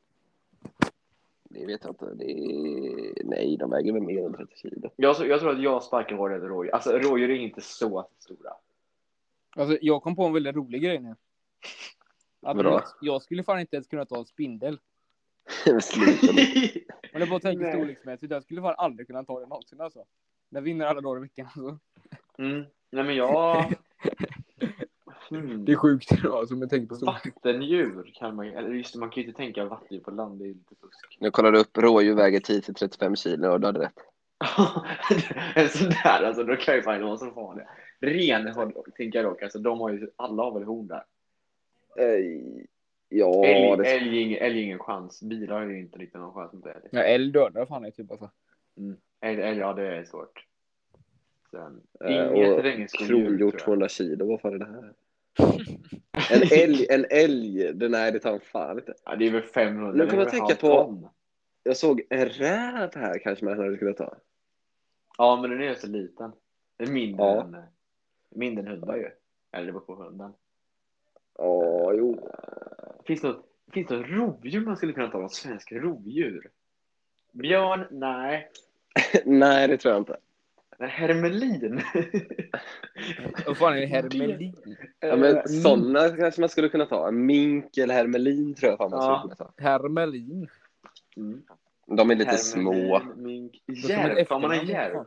Det vet jag inte. Det är... Nej, de väger väl mer än trettio kilo. Jag, jag tror att jag sparkar hårdare än rådjur. Alltså rådjur är inte så stora. Alltså, jag kom på en väldigt rolig grej nu. Att Vadå? jag, jag skulle fan inte ens kunna ta en spindel. Sluta nu. Men det är bara att tänka Nej. storleksmässigt. Jag skulle fan aldrig kunna ta det någonsin alltså. Den vinner alla dagar i veckan alltså. Mm. Nej, men jag... Hmm. Det är sjukt alltså, om jag tänker på så. Vattendjur kan man eller just det, man kan ju inte tänka vattendjur på land, det är lite fusk. Jag kollade upp, rådjur väger tio till trettiofem kilo och du hade rätt. En sån där, alltså då kan ju fan vara så farliga. Ren har- tänker jag dock, alltså de har ju, alla har väl horn där. Eh, Ja, Älg, det... älg, ingen, älg ingen chans, bilar har ju inte riktigt någon chans mot älg. Ja, älg dödar fan är typ alltså. Mm. Älg, älg, ja det är svårt. Sen, Eh, inget och regnskogsdjur, Kronhjort tror jag. tvåhundra kilo, vad fan är det här? En älg, en älg, det, nej det tar en fan inte. Ja, det är väl femhundra. Nu kan det är man väl tänka halvt på- ton. Jag såg en räv här kanske man hade kunnat ta. Ja, men den är så liten. Den är mindre, Ja. än, mindre än hundar ju. Eller det beror på hunden. Ja, jo. Finns det något, finns det något rovdjur man skulle kunna ta? Något svenskt rovdjur? Björn? Nej. Nej, det tror jag inte. Men hermelin? Vad fan är det hermelin? Ja, men Eh, sådana kanske man skulle kunna ta. En mink eller hermelin tror jag fan man Ja. skulle kunna ta. Hermelin? mm. De är lite Hermelin, små. Mink. som ett Järv? Får man en efternamn, järv? fan.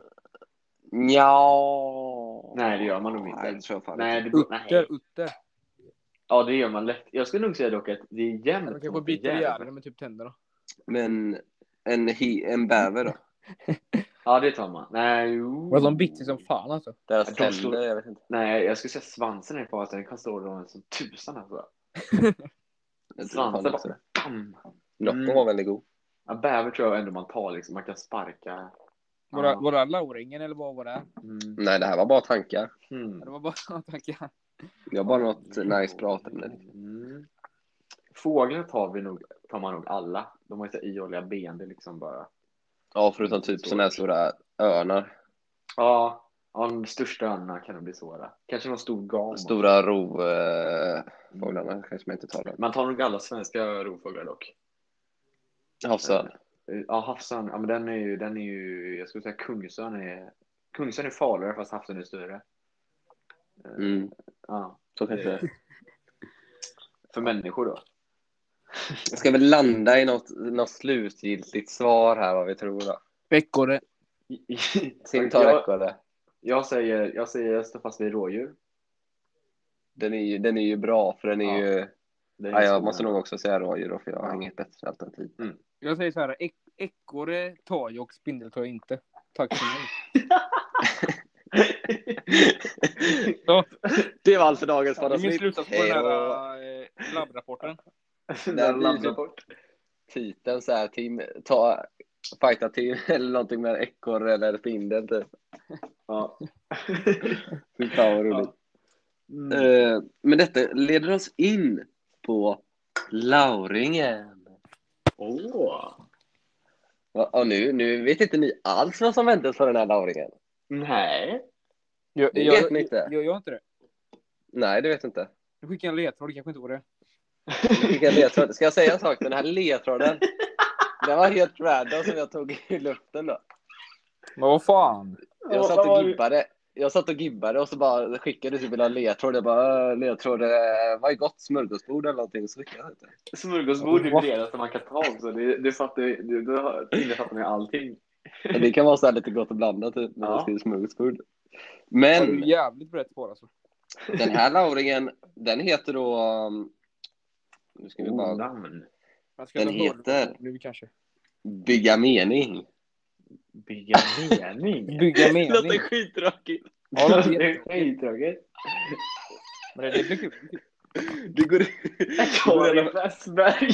Ja. Nej, det gör man nog inte. Nej, det tror jag fan Nej, inte. det, Utter, nej. utter. Ja, det gör man lätt. Jag skulle nog säga dock att det är jämnt. De kanske mot en biter järv. ihjäl med typ tänderna. Men en, he- en bäver då? Ja, det tar man. Nej, jo. Vad de biter som fan alltså. Deras De tänder, slår- jag vet inte. Nej, jag skulle säga svansen är på att den kan stå där som tusan alltså. Jag tror fan Svansen också bara... det. Bam. Nocco Mm. var väldigt god. Ja, bäver tror jag ändå man tar liksom. Man kan sparka. Var det, Ja. var det lauringen eller vad var det? Mm. Nej, det här var bara tankar. Mm. Det var bara tankar. Det var bara något nice prat. Mm. Fåglar tar vi nog. tar man nog alla. De har ju så ihåliga ben, det är liksom bara... Ja, förutom typ sådana här stora örnar. Ja, ja, de största örnarna kan det bli svåra. Kanske någon stor gam. Stora rovfåglarna eh, kanske man inte tar dem. Man tar nog alla svenska rovfåglar dock. Havsörn. Ja, havsörn, ja, men den är ju, den är ju, jag skulle säga kungsörn är, kungsörn är farligare fast havsörn är större. Mm. Ja, Så kanske det är. för människor då. Jag ska väl landa i något, något slutgiltigt svar här, vad vi tror då. Ekorre. Tim tar jag, ekorre. jag säger, jag säger, jag står fast vid rådjur. Den är ju, den är ju bra, för den är Ja, ju... Det är Ja, jag så måste bra. nog också säga rådjur då, för jag har Ja. inget bättre alternativ. Mm. Jag säger så här, ek ekorre tar jag och spindel tar jag inte. Tack för mig. Så, Det var allt för dagens det är min fantasy. slutsats på den här äh, labbrapporten. Den Det där blir landar typ- bort. Titeln så här, Tim, ta, fighta Tim eller någonting med ekorre eller spindel typ. Ja. Fy fan vad roligt. Mm. Eh, men detta leder oss in på Lauringen. Åh. Och, och nu, nu vet inte ni alls vad som väntas på den här Lauringen. Nej. Jag, Det jag, vet ni inte. jag, jag gör inte det. Nej, det vet jag inte. Jag skickar en ledtråd, det kanske inte var det. Vilken ledtråd? Ska jag säga en sak? Den här ledtråden, den var helt random som jag tog i luften då. Men vad fan? Jag satt och gibbade. Jag satt och gibbade och så bara skickade typ en ledtråd. Jag bara, ledtråd, eh, vad är gott? Smörgåsbord eller någonting? Så skickade jag inte. Smörgåsbord är det renaste man kan ta också. Det, det fattar ju, det, det har- innefattar med allting. Men det kan vara så här lite gott och blandat typ, när man Ja. skriver smörgåsbord. Har Men du jävligt brett på alltså. den här Lauringen, den heter då... um, Nu ska vi Oh, bara... namn. Jag ska Den ta hörlurar heter- nu kanske. Bygga mening. Bygga mening. Bygga mening. skittråkigt. Ja, det låter Det är jätte- skittråkigt. Men det, det blir kul. det blir kul. Det går... Karin Westberg.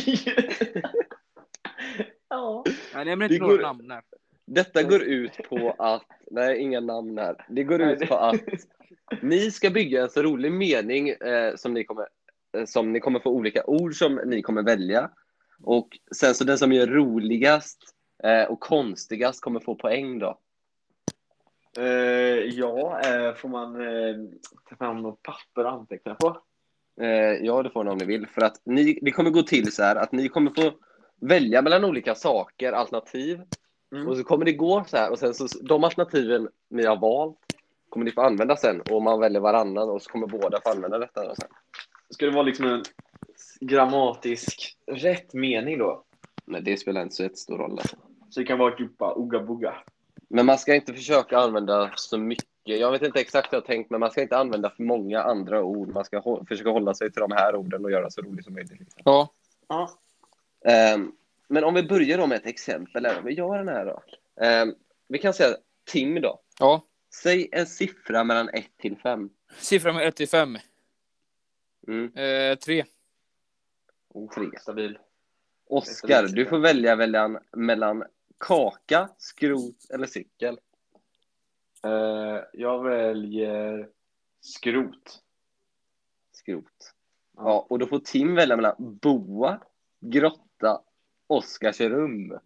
Ja. Nej, nämn Det inte några går- namn här. Detta går ut på att... Nej, inga namn här. Det går Nej, ut det- på att ni ska bygga en så rolig mening eh, som, ni kommer, eh, som ni kommer få olika ord som ni kommer välja. Och sen så den som är roligast eh, och konstigast kommer få poäng då. Eh, ja, eh, får man eh, ta fram något papper och anteckna på? Eh, ja, det får ni om ni vill. För att ni, det kommer gå till så här att ni kommer få välja mellan olika saker, alternativ. Mm. Och så kommer det gå så här. Och sen så de alternativen ni har valt kommer ni få använda sen. Och man väljer varannan och så kommer båda få använda detta. Och sen. Ska det vara liksom en grammatisk rätt mening då? Nej, det spelar inte så jättestor roll. Alltså. Så det kan vara typ bara ugga bugga. Men man ska inte försöka använda så mycket. Jag vet inte exakt hur jag har tänkt, men man ska inte använda för många andra ord. Man ska hå- försöka hålla sig till de här orden och göra så roligt som möjligt. Liksom. Ja. Ja. Ehm, men om vi börjar då med ett exempel. Eller? Vi gör den här då. Ehm, vi kan säga Tim då. Ja. Säg en siffra mellan ett till fem. Siffra med ett till fem. Mm. Eh, tre. Tre. Stabil. Oskar, du får välja mellan, mellan kaka, skrot eller cykel. Eh, jag väljer skrot. Skrot. Ja, och då får Tim välja mellan boa, grotta, Oskars rum.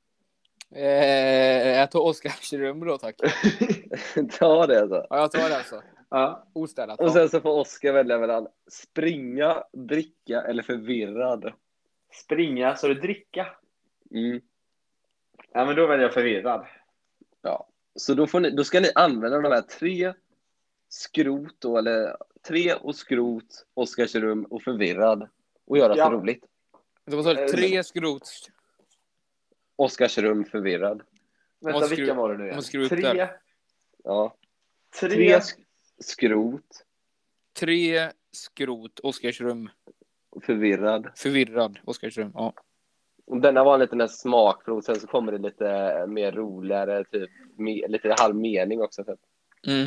Eh, jag tar Oskars rum då, tack. Ta det alltså. Ja, jag tar det alltså. Ja. Ostädat. Och Ja. sen så får Oskar välja mellan springa, dricka eller förvirrad. Springa, så det dricka. Mm. Ja, men då väljer jag förvirrad. Ja. Så då, får ni, då ska ni använda de här tre skrot då, eller tre och skrot, Oskars rum och förvirrad och göra Ja. så roligt. Det var så tre skrot. Oskars rum förvirrad. Vänta, Måste vilka skru- var det nu igen? måste skruva upp Tre, där. Ja. tre, Tre sk- skrot Tre skrot, Oskars rum. och förvirrad. Förvirrad, Oskars rum. Ja. Och denna var en liten smakprov, sen så kommer det lite mer roligare, typ me- lite halv mening också. Typ. Mm.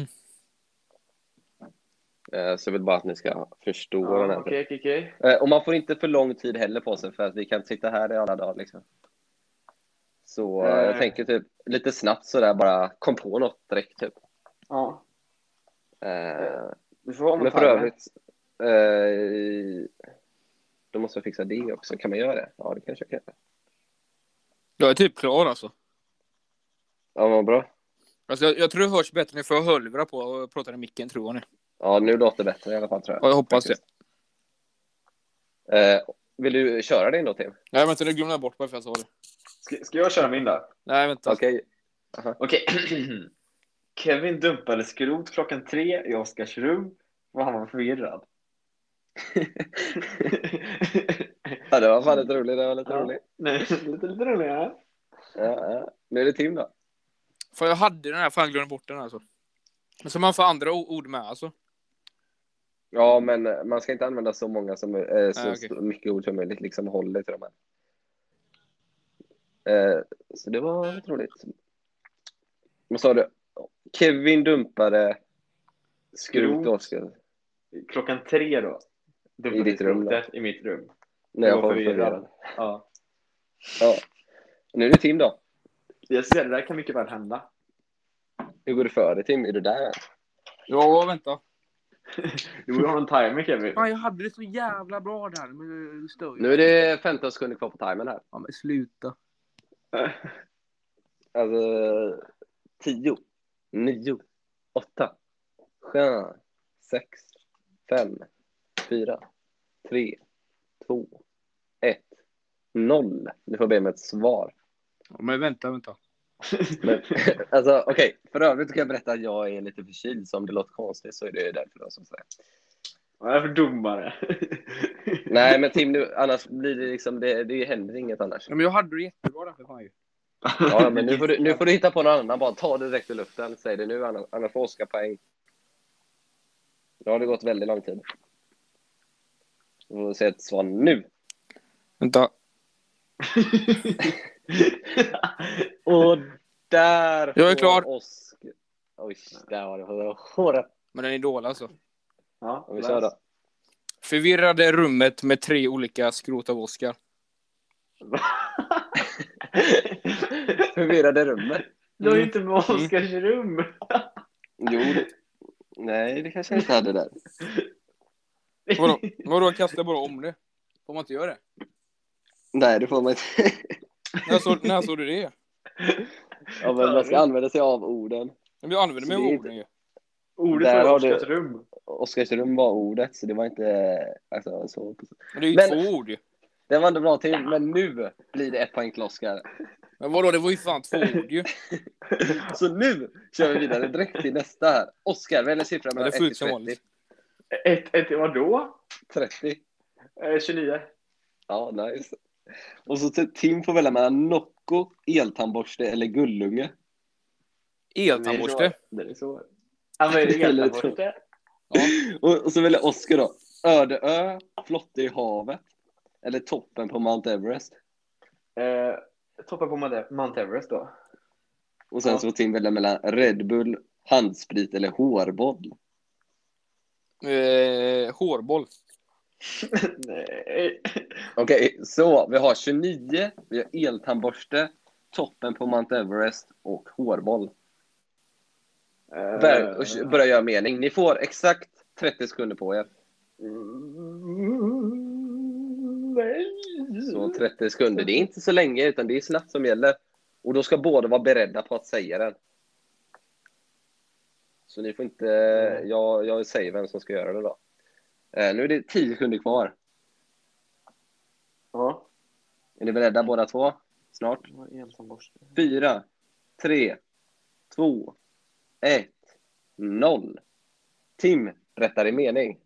Eh, Så jag vill bara att ni ska förstå den Ja, här. okej, okej, okej. Eh, Och man får inte för lång tid heller på sig, för att vi kan inte sitta här i alla dagar liksom. Så eh, jag Eh. tänker typ lite snabbt sådär, bara kom på något direkt typ. Ja. Eh, Du får ha Men något för timer. övrigt eh, Då måste jag fixa det också. Kan man göra det? Ja, det kanske jag kan. Jag är typ klar alltså. Ja, vad bra. Alltså jag, jag tror det hörs bättre när jag får hörlurar på och pratar i micken, tror jag nu. Ja, nu låter det bättre i alla fall, tror jag. Ja, jag hoppas Faktiskt. det. Eh, vill du köra din då, Tim? Nej, vänta, nu glömde jag bort varför jag sa det. Ska, ska jag köra min då? Nej, vänta. Okej. Okej. Kevin dumpade skrot klockan tre i Oskars rum och han var förvirrad. Ja, det var fan lite roligt. Det var lite Ja. roligt. Nej, lite, lite roligt, ja. Ja, ja. Nu är det Tim då. För jag hade den här, fan glömde bort den alltså. Men så man får andra o- ord med alltså. Ja, men man ska inte använda så många som eh, så Nej, okej. mycket ord som möjligt. Liksom håller till de här. Eh, så det var lite roligt. Vad sa du? Kevin dumpade skrot Skrot. Oskar Klockan tre då. Dumpade I ditt rum då? skrotet i mitt rum. när jag Jag var var förvirrad. förvirrad. Ja. Ja. Nu är det Tim då. Jag ser, det där kan mycket väl hända. Hur går det för dig, Tim? Är du där? Ja, vänta. Du borde ha en timer, Kevin. Fan, jag hade det så jävla bra där, men det stör ju. Nu är det femton sekunder kvar på timern här. Ja, men sluta. Alltså, tio, nio, åtta, sju, sex, fem, fyra, tre, två, ett, noll. Du får be med ett svar. Ja, men vänta, vänta. Men, alltså, okej. För övrigt kan jag berätta att jag är lite förkyld. Så om det låter konstigt så är det därför då, som säger. Vad är det för domare? Nej, men Tim, nu, annars blir det liksom, det, det händer inget annars. Ja, men jag hade det jättebra där för fan ju. Ja, men nu får, du, nu får du hitta på någon annan. Bara ta det direkt i luften. Säg det nu, annars, annars får Oskar poäng. Då har det gått väldigt lång tid. Du får säga ett svar nu. Vänta. Och där Jag är får klar. Oskar. Oj, där var det på håret. Men den är dålig alltså. Ja, Om vi kör då. Förvirrade rummet med tre olika skrot av Oskar. Förvirrade rummet. Du har ju inte med Oskars rum. Jo, det- nej, det kanske jag inte hade där. Vadå? Vadå, kasta bara om det? Får man inte göra det? Nej, det får man inte. När såg, när såg du det? Ja, men man ska använda sig av orden. Men jag använder mig Så av det är orden ju. Ordet Där var har du- Oskars rum. Oskars rum var ordet, så det var inte alltså, så. Men det är ju Men- två ord ju. Det var inte bra till, men nu blir det ett poäng till Oskar. Men vadå, det var ju fan två ord ju. Så nu kör vi vidare direkt till nästa här. Oskar, välj en siffra Ja, mellan det får ett ut till som trettio. vanligt. Ett, ett vadå? trettio. Eh, tjugonio. Ja, nice. Och så till Tim får välja mellan Nocco, eltandborste eller gullunge. Eltandborste. Den är så. Använder du eltandborste? Ja. Och, och så väljer Oskar då. Ödeö, flotte i havet eller toppen på Mount Everest. Eh, toppen på Mount- Mount Everest då. Och sen Ja. så får Tim välja mellan Red Bull, handsprit eller hårboll. Eh, hårboll. Nej. Okej, så vi har tjugonio, vi har eltandborste, toppen på Mount Everest och hårboll. Eh, Bör, och börja göra mening. Ni får exakt trettio sekunder på er. Mm, nej. Så trettio sekunder, det är inte så länge utan det är snabbt som gäller. Och då ska båda vara beredda på att säga den. Så ni får inte, jag, jag säger vem som ska göra det då. Eh, nu är det tio sekunder kvar. Ja. Är ni beredda båda två? Snart. Vad är eltandborste? Fyra, tre, två, ett, noll. Tim rättar i mening.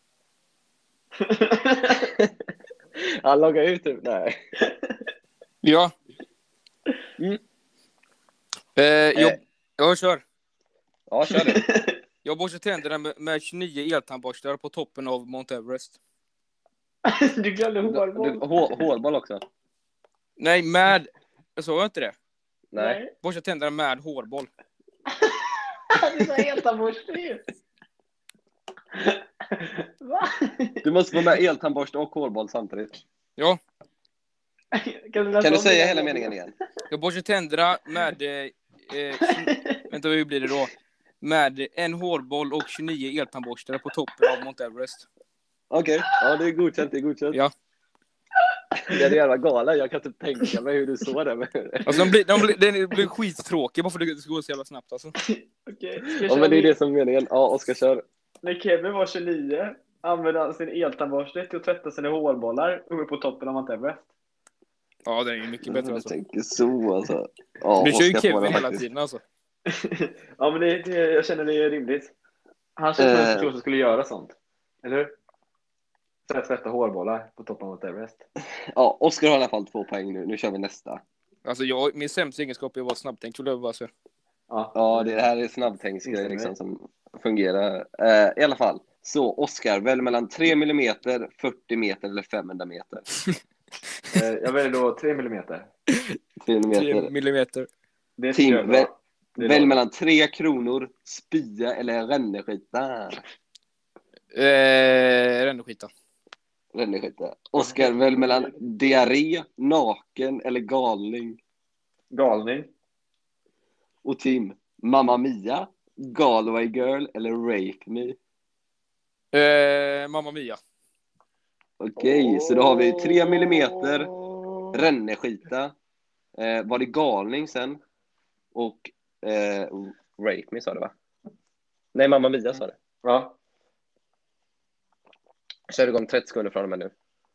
Han loggar ut typ. Nej. Ja. Mm. Eh, jag, Eh. jag kör. Ja, kör det. Jag borstar tänderna med, med tjugonio eltandborstar på toppen av Mount Everest. Du glömde Du, hårboll. hår, hårboll också. Nej, med... Jag sa inte det. Nej. Borsta tänderna med hårboll. Du sa eltandborste ju. Va? Du måste få med eltandborste och hårboll samtidigt. Ja. Kan du, läsa Kan du om säga det? hela meningen igen? Jag borstar tänderna med... Eh, eh, tjugo vänta, hur blir det då? Med en hårboll och tjugonio eltandborstar på toppen av Mount Everest. Okej, ja det är godkänt, det är godkänt. Ja. Det är jävla galen. Jag kan inte tänka mig hur du såg det. Men... Alltså, de blir, de blir, den blir skittråkig bara för att det ska gå så jävla snabbt alltså. Okej. Ja, men det är det som är meningen. Ja, Oskar kör. När Kevin var tjugonio använde han sin eltandborste till att tvätta sina hårbollar uppe på toppen av Mount Everest. Ja, det är ju mycket bättre Jag alltså. tänker så alltså. Ja, Du kör ju Oskar får Kevin den hela faktiskt. tiden alltså. Ja, men det, det, jag känner det är rimligt. Han känns som en Eh. person som skulle göra sånt. Eller hur? För att tvätta hårbollar på toppen av Mount Everest. Ja, Oskar har i alla fall två poäng nu. Nu kör vi nästa. Alltså jag, min sämsta egenskap är att vara snabbtänkt, vill jag bara säga. Ja, Ja, det här är snabbtänksgrej liksom som fungerar. Eh, I alla fall. Så, Oskar, välj mellan tre millimeter, fyrtio meter eller femhundra meter. Eh, jag väljer då tre millimeter. tre millimeter. Tre millimeter. Det Tim, tycker jag är väl, bra. Det är välj bra. mellan tre kronor, spya eller ränneskita. Eh, Rännskita. Ränneskita. Oskar, välj mellan diarré, naken eller galning. Galning. Och Tim, Mamma Mia, Galway Girl eller Rape Me. Eh, Mamma Mia. Okej, så då har vi tre millimeter, ränneskita. Eh, var det galning sen? Och eh, Rape Me sa det, va? Nej, Mamma Mia sa det. Ja. Kör igång trettio sekunder från och med nu.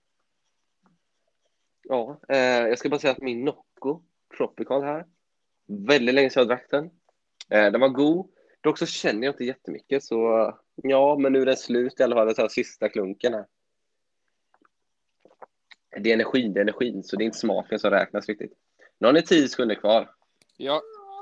Ja, eh, jag ska bara säga att min Nocco Tropical här. Väldigt länge sedan jag drack den. Eh, den var god. Dock så känner jag inte jättemycket. Så ja, men nu är den slut i alla fall. Jag tar sista klunken här. Det är energin, det är energin. Så det är inte smaken som räknas riktigt. Nu har ni tio sekunder kvar. Ja,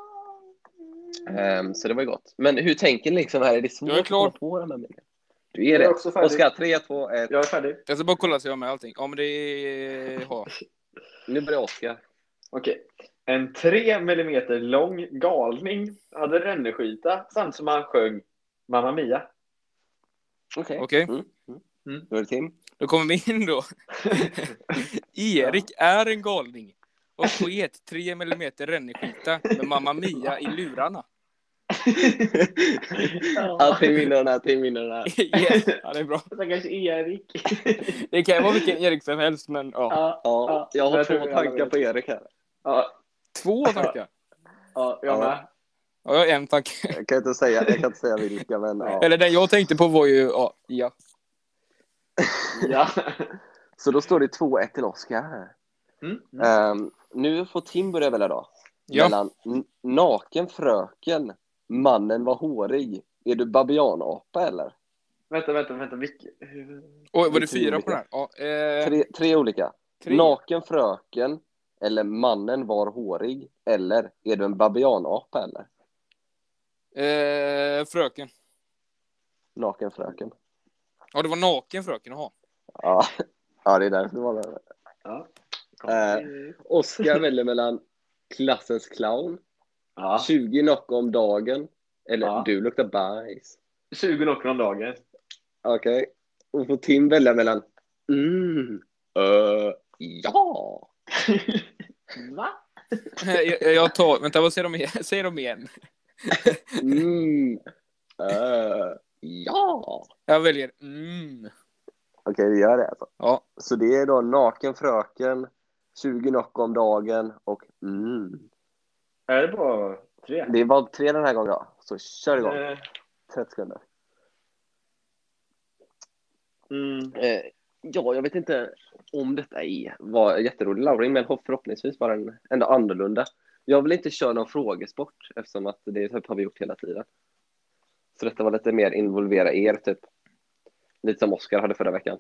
Eh, så det var ju gott. Men hur tänker ni liksom här? Är det svårt Jag är klar. att komma på de här meningarna? Du är Jag är det. också färdig. Oskar, tre, två, ett. Jag är färdig. jag ska bara kolla så jag har med allting. Ja, men det är... Ja. Nu börjar Oskar. Okej. En tre millimeter lång galning hade ränneskita samt som han sjöng Mamma Mia. Okej. Okej. Mm. Mm. Mm. Då är det Tim. Då kommer vi in då. Erik är en galning och sket tre millimeter ränneskita med Mamma Mia i lurarna. Ja, Tim vinner den här, Tim vinner den här. Yes. Ja, det är bra. Stackars Erik. Det kan ju vara vilken Erik som helst, men ja. Ja, Ja, jag har jag tror två vi alla tankar vet. på Erik här. ja, Två tankar. ja, jag Ja. med. Ja, jag har en tanke. Jag kan inte säga, jag kan inte säga vilka, men ja. Eller den jag tänkte på var ju, ja. ja. Ja. Så då står det två ett till Oskar här. Mm. Ehm, nu får Tim börja välja då. Ja. Mellan n- naken fröken, mannen var hårig. Är du babianapa eller? Vänta, vänta, vänta. Vilk... Oj, var det Det är fyra olika. på den här? Ja, eh, Tre, tre olika. tre. Naken fröken, eller mannen var hårig. Eller är du en babianapa eller? Eh, fröken. Naken fröken. Ja, det var naken fröken, jaha. Ja, ja det är därför det var det. Ja. Eh, Oskar väljer mellan klassens clown, Ja. tjugo knock om dagen, eller Ja. du luktar bajs. tjugo knockar om dagen. Okej. Och får Tim välja mellan mm, uh, ja. Va? jag, jag tar, vänta, vad säger de igen? Säger de igen? Mm, uh, ja. Jag väljer mm. Okej, vi gör det alltså. Ja, Så det är då naken fröken, tjugo knock om dagen och mm. Är det bara tre? Det var tre den här gången då. Så kör igång. Eh, trettio sekunder. Mm. Eh, ja, jag vet inte om detta är, var jätterolig lauring, men förhoppningsvis var den ändå annorlunda. Jag vill inte köra någon frågesport eftersom att det typ har vi gjort hela tiden. Så detta var lite mer involvera er typ. Lite som Oskar hade förra veckan.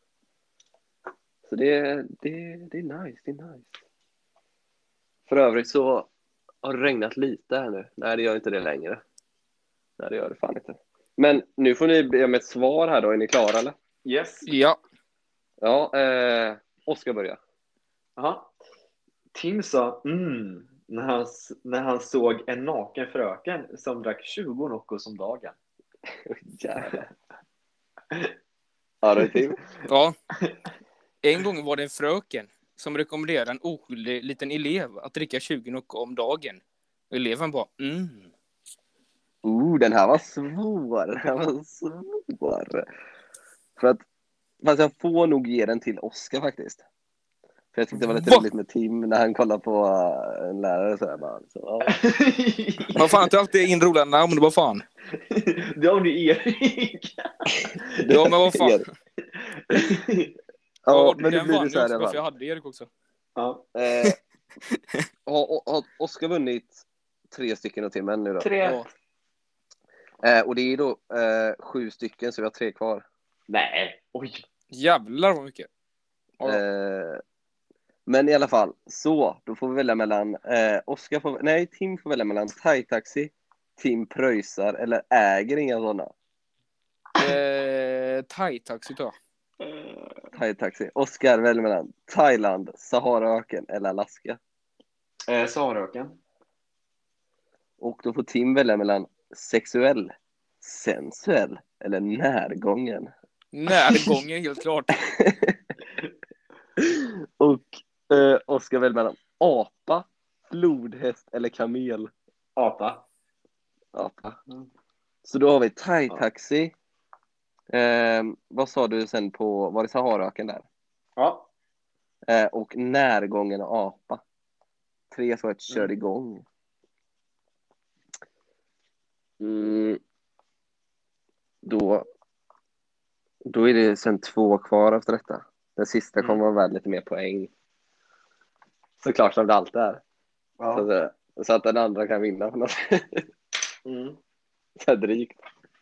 Så det, det, det är nice, det är nice. För övrigt så har det regnat lite här nu. Nej, det gör inte det längre. Nej, det gör det fan inte. Men nu får ni be om ett svar här då. Är ni klara eller? Yes. ja. Ja, eh, Oskar börjar. Aha. Tim sa mm när han, när han såg en naken fröken som drack tjugo Noccos om dagen. Jävlar. Ja, det är Tim. Ja. En gång var det en fröken som rekommenderade en oskyldig liten elev att dricka tjugo Nocco om dagen. Och eleven bara mm. Oh, den här var svår. Den här var svår. För att, fast jag får nog ge den till Oskar faktiskt. För jag tyckte det var lite Va? roligt med Tim när han kollade på uh, en lärare så här bara. Så, ja. Vad fan, inte alltid in roliga namn, vad fan. Det har du Erik. Ja, men vad fan. Ja, men men det den blir vann det så jag här i också, alla bara för jag fall. hade Erik också. Ja. Eh, har, har Oskar vunnit tre stycken av timmen nu då? Tre. Ja. Eh, och det är då eh, sju stycken så vi har tre kvar. Nej. Oj. Jävlar vad mycket. Ja, ja. Eh, men i alla fall, så då får vi välja mellan eh, Oskar får, nej, Tim får välja mellan Thai-taxi, Tim pröjsar eller äger inga sådana. Eh, Thai-taxi tror jag. Thai-taxi. Oskar väljer mellan Thailand, Saharaöken eller Alaska. Eh, Saharaöken. Och då får Tim välja mellan sexuell, sensuell eller närgången. Närgången helt klart. Och eh, Oskar väljer mellan apa, flodhäst eller kamel. Apa. Apa. Mm. Så då har vi thai-taxi. Eh, vad sa du sen på, var det Saharaöken där? Ja. Eh, och närgången apa. Tre så ett kör Mm. igång. Mm. Då, då är det sen två kvar efter detta. Den sista Mm. kommer vara värd lite mer poäng. Såklart som det alltid är. Ja. Så, att, så att den andra kan vinna på något sätt. Mm. Så här drygt.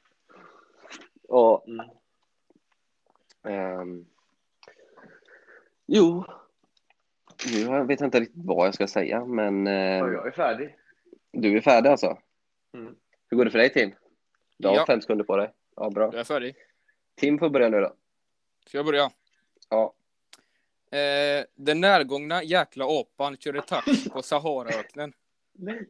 Och, Mm. ehm, jo, nu har- jag vet inte riktigt vad jag ska säga, men ehm, Och jag är färdig. du är färdig alltså. Mm. Hur går det för dig, Tim? Du har Ja. fem sekunder på dig. Ja, bra. Jag är färdig. Tim får börja nu då. Ska jag börja? Ja. Eh, den närgångna jäkla apan körde taxi på Saharaöknen. Nej.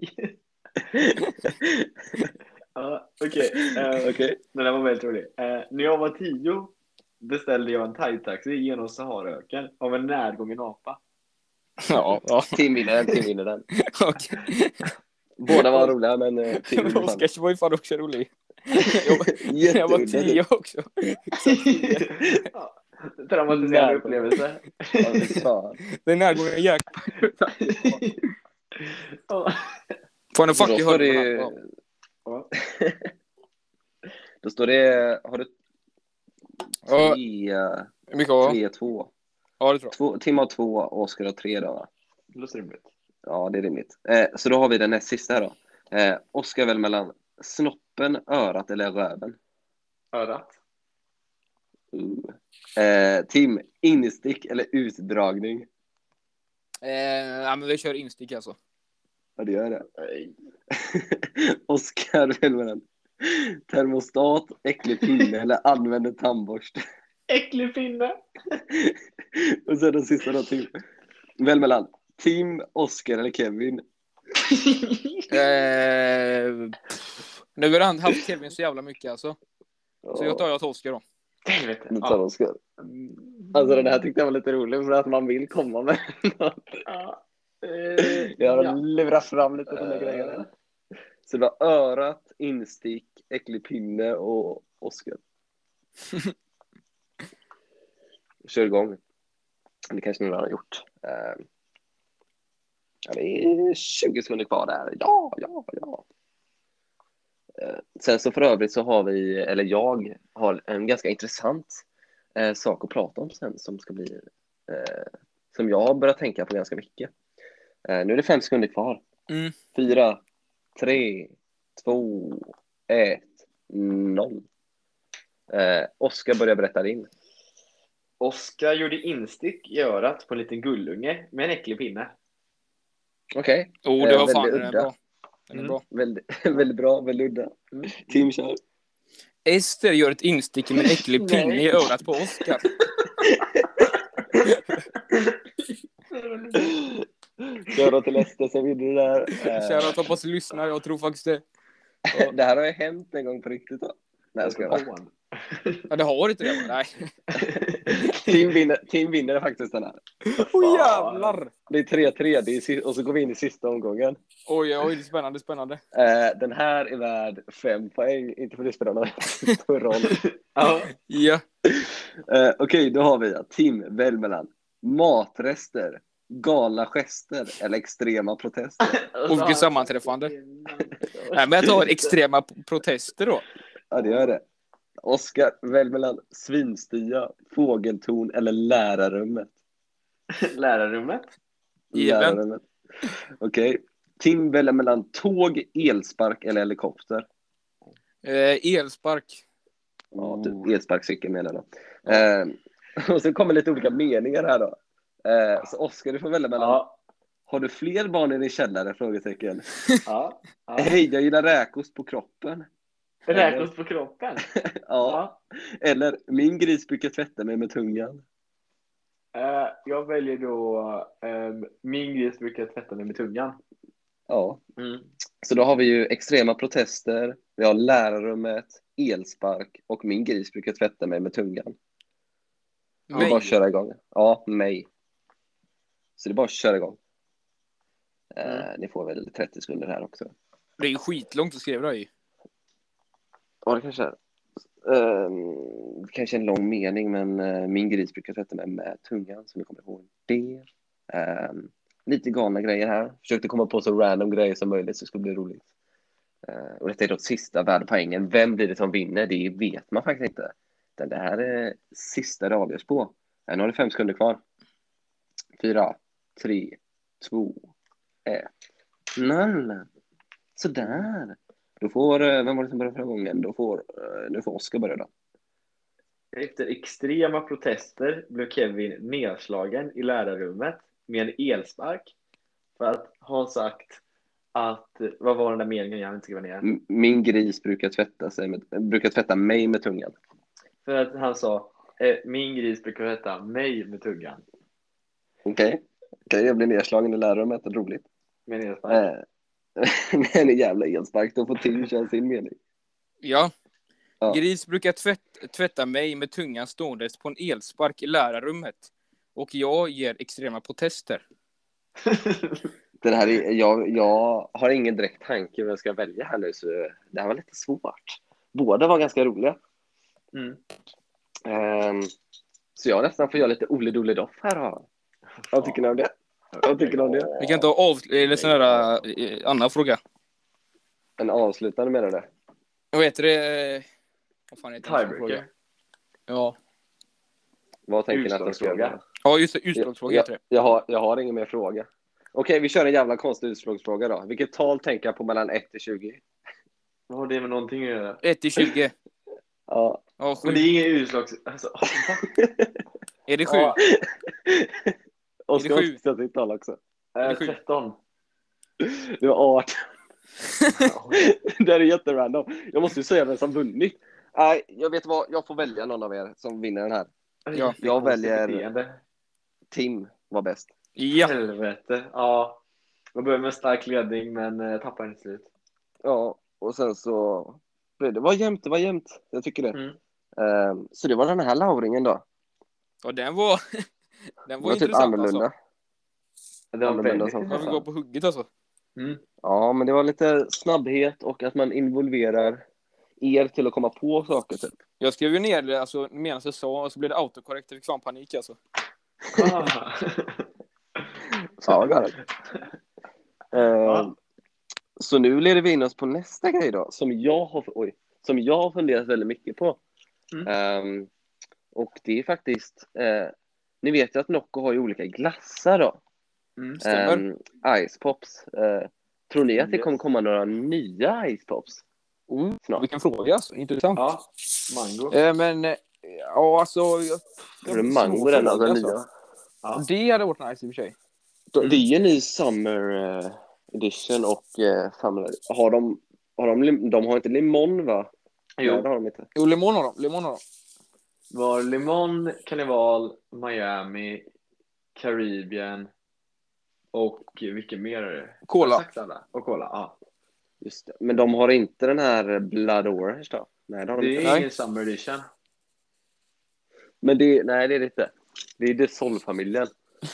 Ja, okej. Eh, Okej. Den där var väldigt rolig. Eh, när jag var tio beställde jag en thai-taxi genom Saharaöken av en närgången apa. Ja, ja. Tim vinner den, Tim vinner den. Okej. Båda var roliga, men eh, Tim vinner fan. Oskars var ju fan också rolig. Jag var, jag var Jätteudda, tio också. Ja, traumatiserande upplevelse. Ja, fy fan. Den närgångna jäkla... Ja. Får en fuck Då i står det, hörlurarna. Ja. då står det, har du Ja, tre, eh, hur mycket var det? tre, två. Ja, det tror jag. två. Tim har två och Oskar har tre då, va? Det låter rimligt. Ja, det är rimligt. Eh, så då har vi den näst sista här då. Eh, Oskar väl mellan snoppen, örat eller röven? Örat. Uh. Eh, Tim, instick eller utdragning? Eh, ja, men vi kör instick alltså. Ja, det gör det. Oskar väl mellan termostat, äcklig pinne eller använder tandborste? Äcklig pinne. Och sen den sista då, Tim. Väl mellan Tim, Oskar eller Kevin? Eh, pff, nu har han haft Kevin så jävla mycket alltså. Så jag tar jag till Oskar då. Helvete. Nu tar Ja. Oskar. Alltså den här tyckte jag var lite rolig för att man vill komma med något. Ja. Eh, Jag har ja. lurat fram lite sådana Eh. grejer. Så det var örat, instick, äcklig pinne och Oskar. Kör igång. Det kanske ni redan har gjort. Uh, ja, det är tjugo sekunder kvar där. Ja, ja, ja. Uh, sen så för övrigt så har vi, eller jag har en ganska intressant uh, sak att prata om sen som ska bli, uh, som jag har börjat tänka på ganska mycket. Uh, nu är det fem sekunder kvar. Mm. Fyra, tre, två, ett, noll. Uh, Oskar börjar berätta din. Oskar gjorde instick i örat på en liten gullunge med en äcklig pinne. Okej. Oh, det Eh, var fan väldigt den är udda. bra. Den är Mm. bra. Väldigt, väldigt bra, väldigt udda. Mm. Tim kör. Ester gör ett instick med en äcklig pinne i örat på Oskar. Kör till Ester så vinner du där. Eh, Kära, hoppas du lyssnar. Jag tror faktiskt det. Det här har ju hänt en gång på riktigt då. Nej, jag ska göra. Ja, det har inte det. Nej. Tim vinner, Tim vinner faktiskt den här. Åh jävlar. Det Det är tre tre det är si- och så går vi in i sista omgången. Oj, oj, det är spännande, spännande. Eh, den här är värd fem poäng. Inte för det spelar någon stor roll. Ja. Ja. Eh, Okej, då har vi Tim, välj mellan matrester, galna gester eller extrema protester? Och vilket sammanträffande. Nej, men jag tar extrema p- protester då. Ja, det gör det. Oskar, välj mellan svinstia, fågeltorn eller lärarrummet. Lärarrummet? Given. Lärarrummet. Okej. Tim väljer mellan tåg, elspark eller helikopter. Eh, elspark. Ja, typ elsparkcykel menar jag då. Eh, och så kommer lite olika meningar här då. Eh, så Oskar, du får välja mellan. Ja. Har du fler barn i din källare? Frågetecken. Ja. ja. Hej, jag gillar räkost på kroppen. Räkost på kroppen? Ja. Eller min gris brukar tvätta mig med tungan. Eh, jag väljer då ehm, min gris brukar tvätta mig med tungan. Ja. Mm. Så då har vi ju extrema protester, vi har lärarrummet, elspark och min gris brukar tvätta mig med tungan. Det är Mig. bara att köra igång. Ja, mig. Så det är bara att köra igång. Mm. Eh, ni får väl trettio sekunder här också. Det är ju skitlångt att skriva det i. Ja, det kanske är. Um, kanske en lång mening, men uh, min gris brukar tvätta mig med tungan, så ni kommer ihåg det. Um, lite galna grejer här. Försökte komma på så random grejer som möjligt så det skulle bli roligt. Uh, och detta är då sista värdepoängen. Vem blir det som vinner? Det vet man faktiskt inte. Den det här är sista det avgörs på. Uh, nu har det fem sekunder kvar. Fyra, tre, två, ett, noll. Sådär. Då får, vem var det som började förra gången? Då får, nu får Oskar börja då. Efter extrema protester blev Kevin nedslagen i lärarrummet med en elspark för att ha sagt att, vad var den där meningen jag inte skriva ner? M- Min gris brukar tvätta, sig med, brukar tvätta mig med tungan. För att han sa, eh, min gris brukar tvätta mig med tungan. Okej, okay. okay, jag blir nedslagen i lärarrummet, roligt. Med en elspark. Eh, en jävla elspark, då får Tim köra sin mening. Ja. Ja. Gris brukar tvätt, tvätta mig med tungan ståendes på en elspark i lärarrummet. Och jag ger extrema protester. Den här är, jag, jag har ingen direkt tanke vad jag ska välja här nu, så det här var lite svårt. Båda var ganska roliga. Mm. Um, så jag nästan får göra lite Olle Dolle Doff här då. Vad tycker ni om det? Vad tycker ni om det? Vi kan ta av, eller sån här eh, annan fråga. En avslutande menar du? Vad heter det? Vad fan heter det? Tiebreaker. Ja. Vad tänker ni att jag ska Utslagsfråga. göra? Ja, just det. Utslagsfråga jag, heter det. jag, har, jag har ingen mer fråga. Okej, vi kör en jävla konstig utslagsfråga då. Vilket tal tänker jag på mellan ett till tjugo? Vad har det med någonting att göra? ett till tjugo. Ja. Ja, Men sju. det är ingen utslags... Alltså, Är det sju? ja, Oskar sju? ska sitt tal också. eh, det sju? tretton. Det var arton. Det är jätterandom. Jag måste ju säga vem som vunnit. Nej, jag vet vad. Jag får välja någon av er som vinner den här. Ja, jag väljer- Beteende. Tim var bäst. Ja. Helvete. Ja. Man börjar med stark ledning men eh, tappar den till slut. Ja, och sen så blev det var jämnt, det var jämnt. Jag tycker det. Mm. Ehm, så det var den här lauringen då. Och den var... den Det var, var typ intressant annorlunda. alltså. Det var Annorlunda väldigt som Man vill intressant. gå på hugget alltså. Mm. Ja, men det var lite snabbhet och att man involverar er till att komma på saker typ. Jag skrev ju ner det alltså, medan jag sa och så blev det autokorrekt. Jag fick fan panik alltså. Ah. Ja, det är det. Ehm, Ja. Så nu leder vi in oss på nästa grej då, som jag har, oj, som jag har funderat väldigt mycket på. Mm. Ehm, och det är faktiskt, eh, ni vet ju att Nocco har ju olika glassar då. Mm. Stämmer. Ehm, Ice Pops. Eh, tror ni att det Yes. kommer komma några nya Ice Pops? Oh, Snart. vilken fråga alltså. Intressant. Ja, mango. Eh, men, eh, ja alltså... Jag, Tror du mango den alltså, alltså. nya? Ja. Det hade varit nice i och för sig. Då- Det är ju en ny Summer eh, Edition och eh, Summer. Har de, har de, lim- de har inte limon va? Jo. Nej, det har de inte. Jo, lemon har de. Lemon har de. Var Limon, Karneval, Miami, Karibien och vilken mer är det? Cola. Jag har sagt alla. Och Cola, ja. Just det. Men de har inte den här Blood Orange då? Nej, det har de Det inte. är Nej. ingen Summer Edition. Men det, nej, det är det inte. Det är Dissolve-familjen.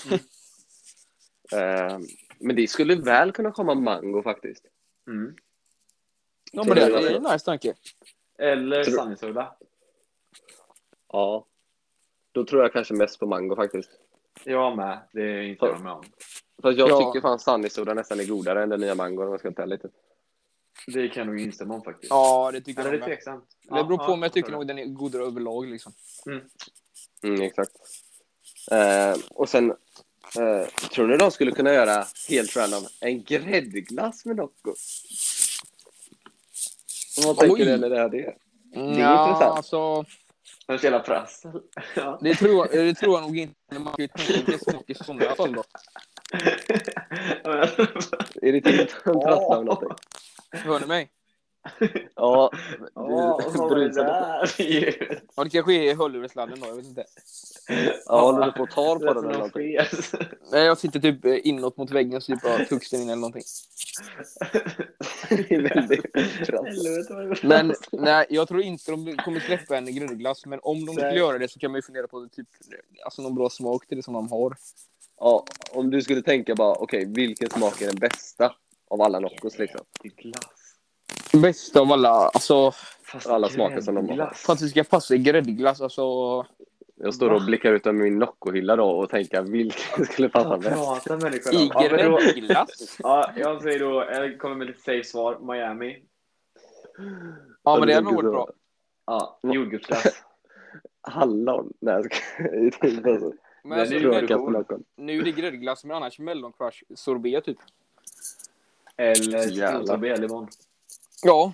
Ehm, men det skulle väl kunna komma mango faktiskt. Mm. Ja, men det, det är en nice tanke. Eller Tror- Sunny Soda. Ja. Då tror jag kanske mest på mango faktiskt. Jag med. Det är inte jag med om. Fast jag Ja. tycker fan Sunny-soda nästan är godare än den nya mango om jag ska ta lite. Det kan jag nog instämma om faktiskt. Ja, det tycker Men jag det är med. tveksamt. Det beror på, Ja, men jag tycker ja, nog den är godare överlag liksom. Mm, exakt. Eh, och sen, eh, tror ni de skulle kunna göra helt random en gräddglass med Nocco? Vad tänker Oj. du när det är det? Det är ja, intressant. alltså, En jävla prassel. Ja. det tror, jag- det tror jag nog inte. Man kan ju tänka sig smak i sådana fall då. Är det till att trassla av någonting? Hör ni mig? Ja, Ja, vad var det där? Ja, det kanske är hörlursladden då, jag vet inte. Ja, håller du på att ta på Det är den eller som någonting? någon fes. Nej, jag sitter typ inåt mot väggen så typ bara tuggs den in eller någonting. Det är väldigt trassligt. Helvete vad det var. Men nej, jag tror inte de kommer släppa en gräddglass. Men om de skulle Nej. göra det så kan man ju fundera på typ, alltså någon bra smak till det som de har. Ja, om du skulle tänka bara, okej, vilken smak är den bästa av alla Noccos liksom? Glass. Bästa av alla, alltså Fast Alla smaker som de har. gräddglass. för att det ska passa i gräddglass, alltså. Jag står och blickar ut över min Nocco-hylla då och tänker vilken skulle passa Vad bäst. pratar människan I om? Ja, men då, gräddglass. ja, jag säger då, jag kommer med ett safe svar, Miami. Ja, men det är Jag nog tänker varit så, bra. Ja, jordgubbsglass. Hallon. Nej, jag ska... det är bara så. Men Den alltså, är nu, ju Tråkigast på Noccon. nu är det gräddglass, men annars melloncrush sorbet typ. Eller Jävlar. citronsorbet eller limon. Ja,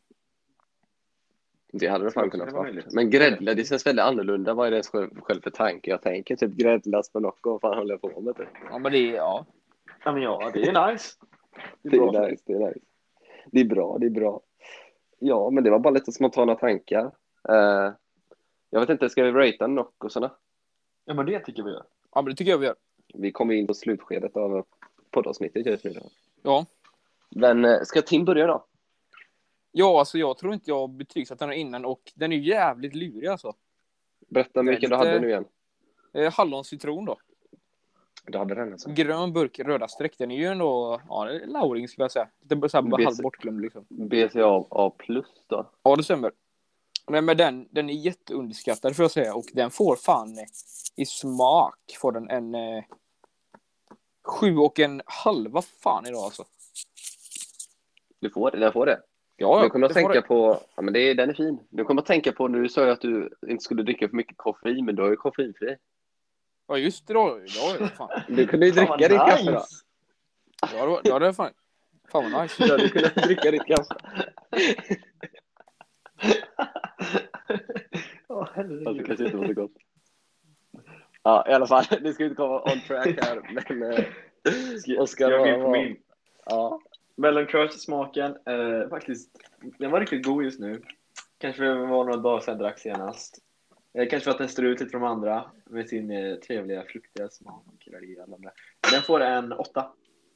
Det hade det Tror fan också kunnat det var vara. möjligt. Men gräddle, det känns väldigt annorlunda. Vad är det själv, själv för tanke? Jag tänker typ gräddglass på Nocco. Vad fan håller jag på med det? ja men det är, ja. Ja, men ja, det är nice. Det är Det bra för är dig. nice, det är nice. Det är bra, det är bra. Ja, men det var bara lite spontana tankar. Uh, jag vet inte, ska vi ratea Noccosarna? Ja, men det tycker vi gör. Ja, men det tycker jag vi gör. Vi kommer in på slutskedet av poddavsnittet just nu. Ja. Men uh, ska Tim börja då? Ja, alltså jag tror inte jag betygsatt den här innan och den är jävligt lurig alltså. Berätta Det är vilken du lite- hade nu igen. Eh, hallon-citron då. Du hade den alltså. Grön burk, röda streck. Den är ju ändå, ja, det är lauring skulle jag säga. Det är så här bara Bes- halv bortglömd liksom. B C A A plus då. Ja, det stämmer. Men med den, den är jätteunderskattad får jag säga. Och den får fan eh, i smak får den en eh, sju och en halva fan idag alltså. Du får det, jag får det. Ja, Jag kommer att det får tänka det. på, ja men det är, den är fin. Du kommer att tänka på, nu sa jag att du inte skulle dricka för mycket koffein, men du har ju koffeinfri. Ja, just det då. Ja, ja, fan. Du kunde ju Fan, dricka vad ditt kaffe då. nice. Ja, det var- ja, det är fan. Fan vad nice. Ja, du kunde dricka ditt kaffe. Åh, Fast det herregud. kanske inte var så gott. Ja, i alla fall, det ska inte komma on track här, men eh, Ska Oskar, jag gå in vad- på min? ja. Melon Crush-smaken, eh, faktiskt, den var riktigt god just nu. Kanske det var några dagar sedan jag drack senast. Eh, kanske för att den står ut lite från de andra med sin eh, trevliga, fruktiga smak. Den får en åtta.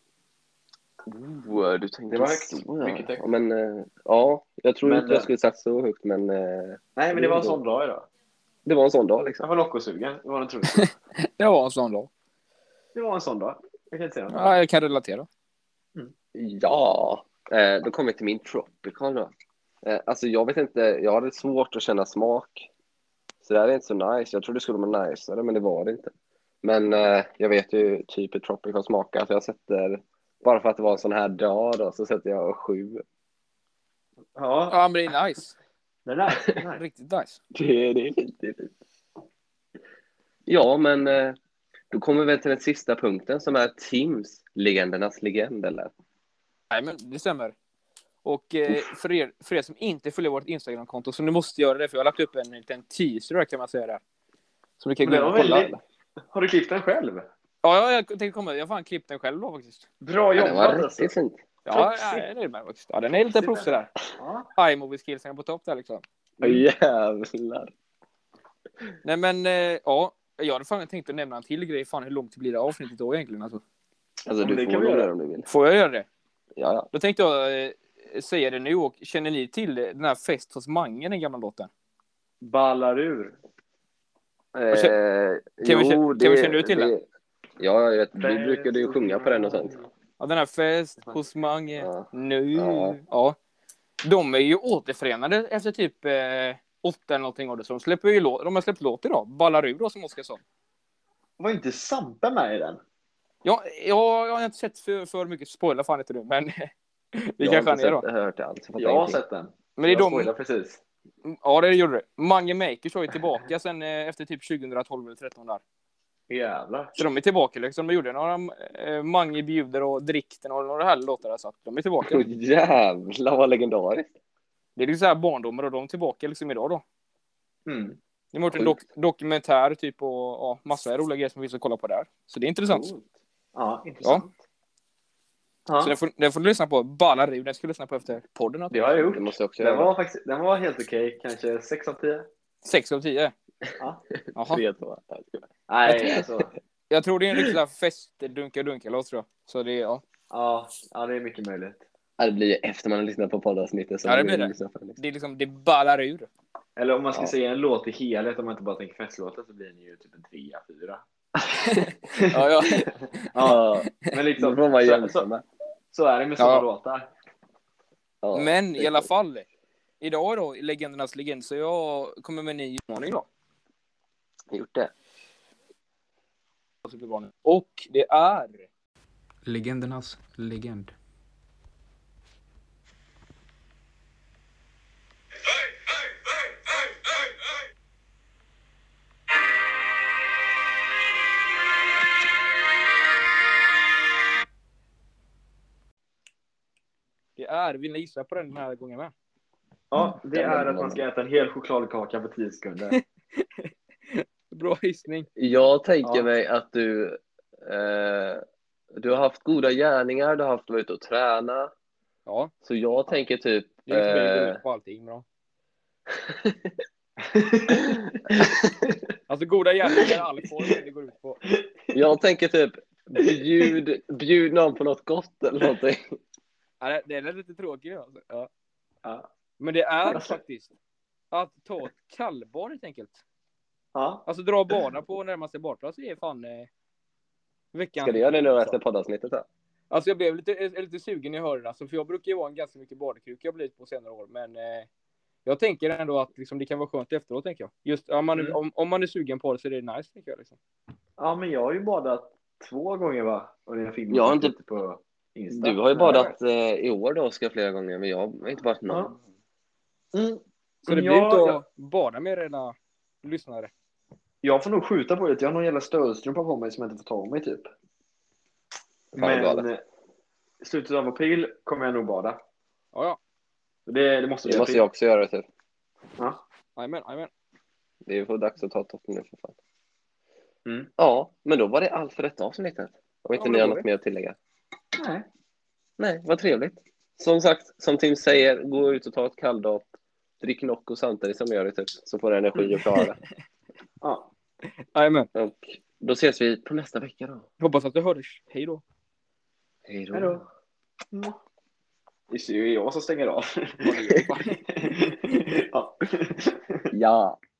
Oh, du tänkte Det var högt. så, ja. Mycket högt. Ja, men eh, ja, jag tror Men, inte jag eh, skulle sagt så högt, men eh, Nej, men det var en sån dag idag. det var en sån dag liksom. Jag var Nocco-sugen, det var den troligt. Det var en sån dag. Det var en sån dag. Jag kan inte säga något. Ja, jag kan relatera. Ja, eh, då kommer vi till min tropical då. Eh, alltså jag vet inte, jag hade svårt att känna smak. Så det här är inte så nice. Jag trodde det skulle vara nice, men det var det inte. Men eh, jag vet ju typ hur tropical smakar, så jag sätter, bara för att det var en sån här dag då, så sätter jag sju. Ja, Ja, men det är nice. det är nice. Det är nice. Riktigt nice. Det, det är fint, det är fint. Ja, men eh, då kommer vi väl till den sista punkten som är Tims legendernas legend, eller? Nej, men det stämmer. Och eh, för, er, för er som inte följer vårt Instagram-konto, så nu måste göra det, för jag har lagt upp en liten teaser där, kan man säga där. Så du kan gå Men in det och var kolla. väldigt... Har du klippt den själv? Ja, ja, jag tänkte komma. Jag har fan klippt den själv då faktiskt. Bra Ja, det jobbat var alltså. riktigt fint. Ja, Proffsigt. jag är nöjd med det faktiskt. Ja, den är lite proffsig där. Ja. iMovie-skillsen på topp där liksom. Ja, jävlar. Nej, men eh, ja. Jag hade fan tänkt att nämna en till grej. Fan, hur långt det blir det avsnittet då egentligen? Alltså. Alltså Ja, du det får kan vi nog göra. göra om du vill. Får jag göra det? Ja, ja. Då tänkte jag eh, säga det nu. Och känner ni till den här Fest hos Mange, den gamla låten? Ballar ur. Eh, Kevin, känner- jo, Kevin, känner du till det, den? Ja, jag vet. Vi brukade ju sjunga på den och sånt. Ja, den här Fest hos Mange. Ja. Nu. Ja. Ja. De är ju återförenade efter typ eh, åtta eller någonting av det. Så de släpper ju låt. De har släppt låt idag. Ballar ur då, som Oskar sa. var inte Sampe med i den? Ja, jag, jag har inte sett för, för mycket, spoiler fan inte du, men det Jag kanske har han är då. inte sett, hört allt. Jag har sett den. Men det är jag de, spoilar precis. ja det gjorde det. Mange Makers var ju tillbaka sen eh, efter typ tjugohundratolv eller tretton där. Jävlar. Så de är tillbaka liksom. De gjorde några eh, Mange bjuder och drikten och några här låtar där, så att de är tillbaka. Oh, jävlar vad legendariskt. Det är liksom så här barndomar och de är tillbaka liksom idag då. Mm. De har gjort en dok- dokumentär typ och ja, massa roliga grejer som vi ska kolla på där. Så det är intressant. Coolt. Ja, intressant. Ja. Så den får, den får du lyssna på. Ballarur, den ska du lyssna på efter podden. Det har jag gjort. Det måste jag också Den göra. var, faktiskt, den var helt okej. Kanske sex av tio. sex av tio. Ja. Jaha. Tre, två. Nej, alltså. Jag tror det är en riktig fest-dunka-dunka-låt tror jag. Så det är, ja. Ja, ja, det är mycket möjligt. Ja, det blir ju efter man har lyssnat på poddavsnittet. Så Ja, det blir det. lyssna på det. Det är liksom, det ballar ur. Eller om man ska Ja. säga en låt i helhet, om man inte bara tänker festlåtar, så blir den ju typ en trea, fyra. Ja, ja. Ja, men Det liksom, får man så, jämföra så, med. så är det med sådana Ja. låtar. Ja, Men det i är alla coolt. fall, idag då, i Legendernas legend, så jag kommer med en ny utmaning då. Jag har gjort det. Och det är... Legendernas legend. Det är, vill ni gissa på den den här gången med? Ja, det är att man ska äta en hel chokladkaka på tio sekunder. Bra gissning. Jag tänker Ja. mig att du eh, du har haft goda gärningar, du har haft varit ute och träna. Ja, Så jag tänker typ det är liksom det går eh, ut på allting bra. Alltså goda gärningar, all form det går ut på. jag tänker typ bjud, bjud någon på något gott eller någonting. Ja, det- det är lite tråkigt alltså. Ja. Ja. Men det är faktiskt att ta ett kallbad helt enkelt. Ja. Alltså dra bada på närmaste badplats, det är fan eh, veckan. Ska du göra det nu efter poddavsnittet här? Alltså jag blev lite, jag är lite sugen när jag hörde det, alltså, för jag brukar ju vara en ganska mycket badkruka jag blivit på senare år, men eh, jag tänker ändå att liksom, det kan vara skönt efteråt, tänker jag. Just om man, Mm. om, om man är sugen på det så är det nice, tänker jag. Liksom. Ja, men jag har ju badat två gånger, va? Och jag filmat Jag har inte- lite på Insta. Du har ju badat eh, i år då, ska jag flera gånger, men jag har inte badat någon. Ja. Mm. Så det Men blir jag- inte att jag- bada med rena lyssnare. Jag får nog skjuta på det. Jag har någon jävla stödstrumpa på mig som jag inte får ta av mig, typ. Fan, vad Men galet. eh, i slutet av april kommer jag nog bada. Ja, ja. Det, det måste bli Det måste april. jag också göra typ. Ja. Jajamän, jajamän. Det är ju dags att ta toppen nu för fan. Mm. Ja, men då var det allt för detta avsnittet. Om inte Ja, ni det har var något det. mer att tillägga. Nej. Nej, vad trevligt. Som sagt, som Tim säger, gå ut och ta ett kalldopp. Drick Nocco samtidigt som gör det typ. Så får du energi att klara det. Ja. Jajamän. Och då ses vi på nästa vecka då. Hoppas att du hörs. Hej då. Hej Hej då. Mm. Det är ju jag som stänger av. Ja, det gör det. Ja. Ja.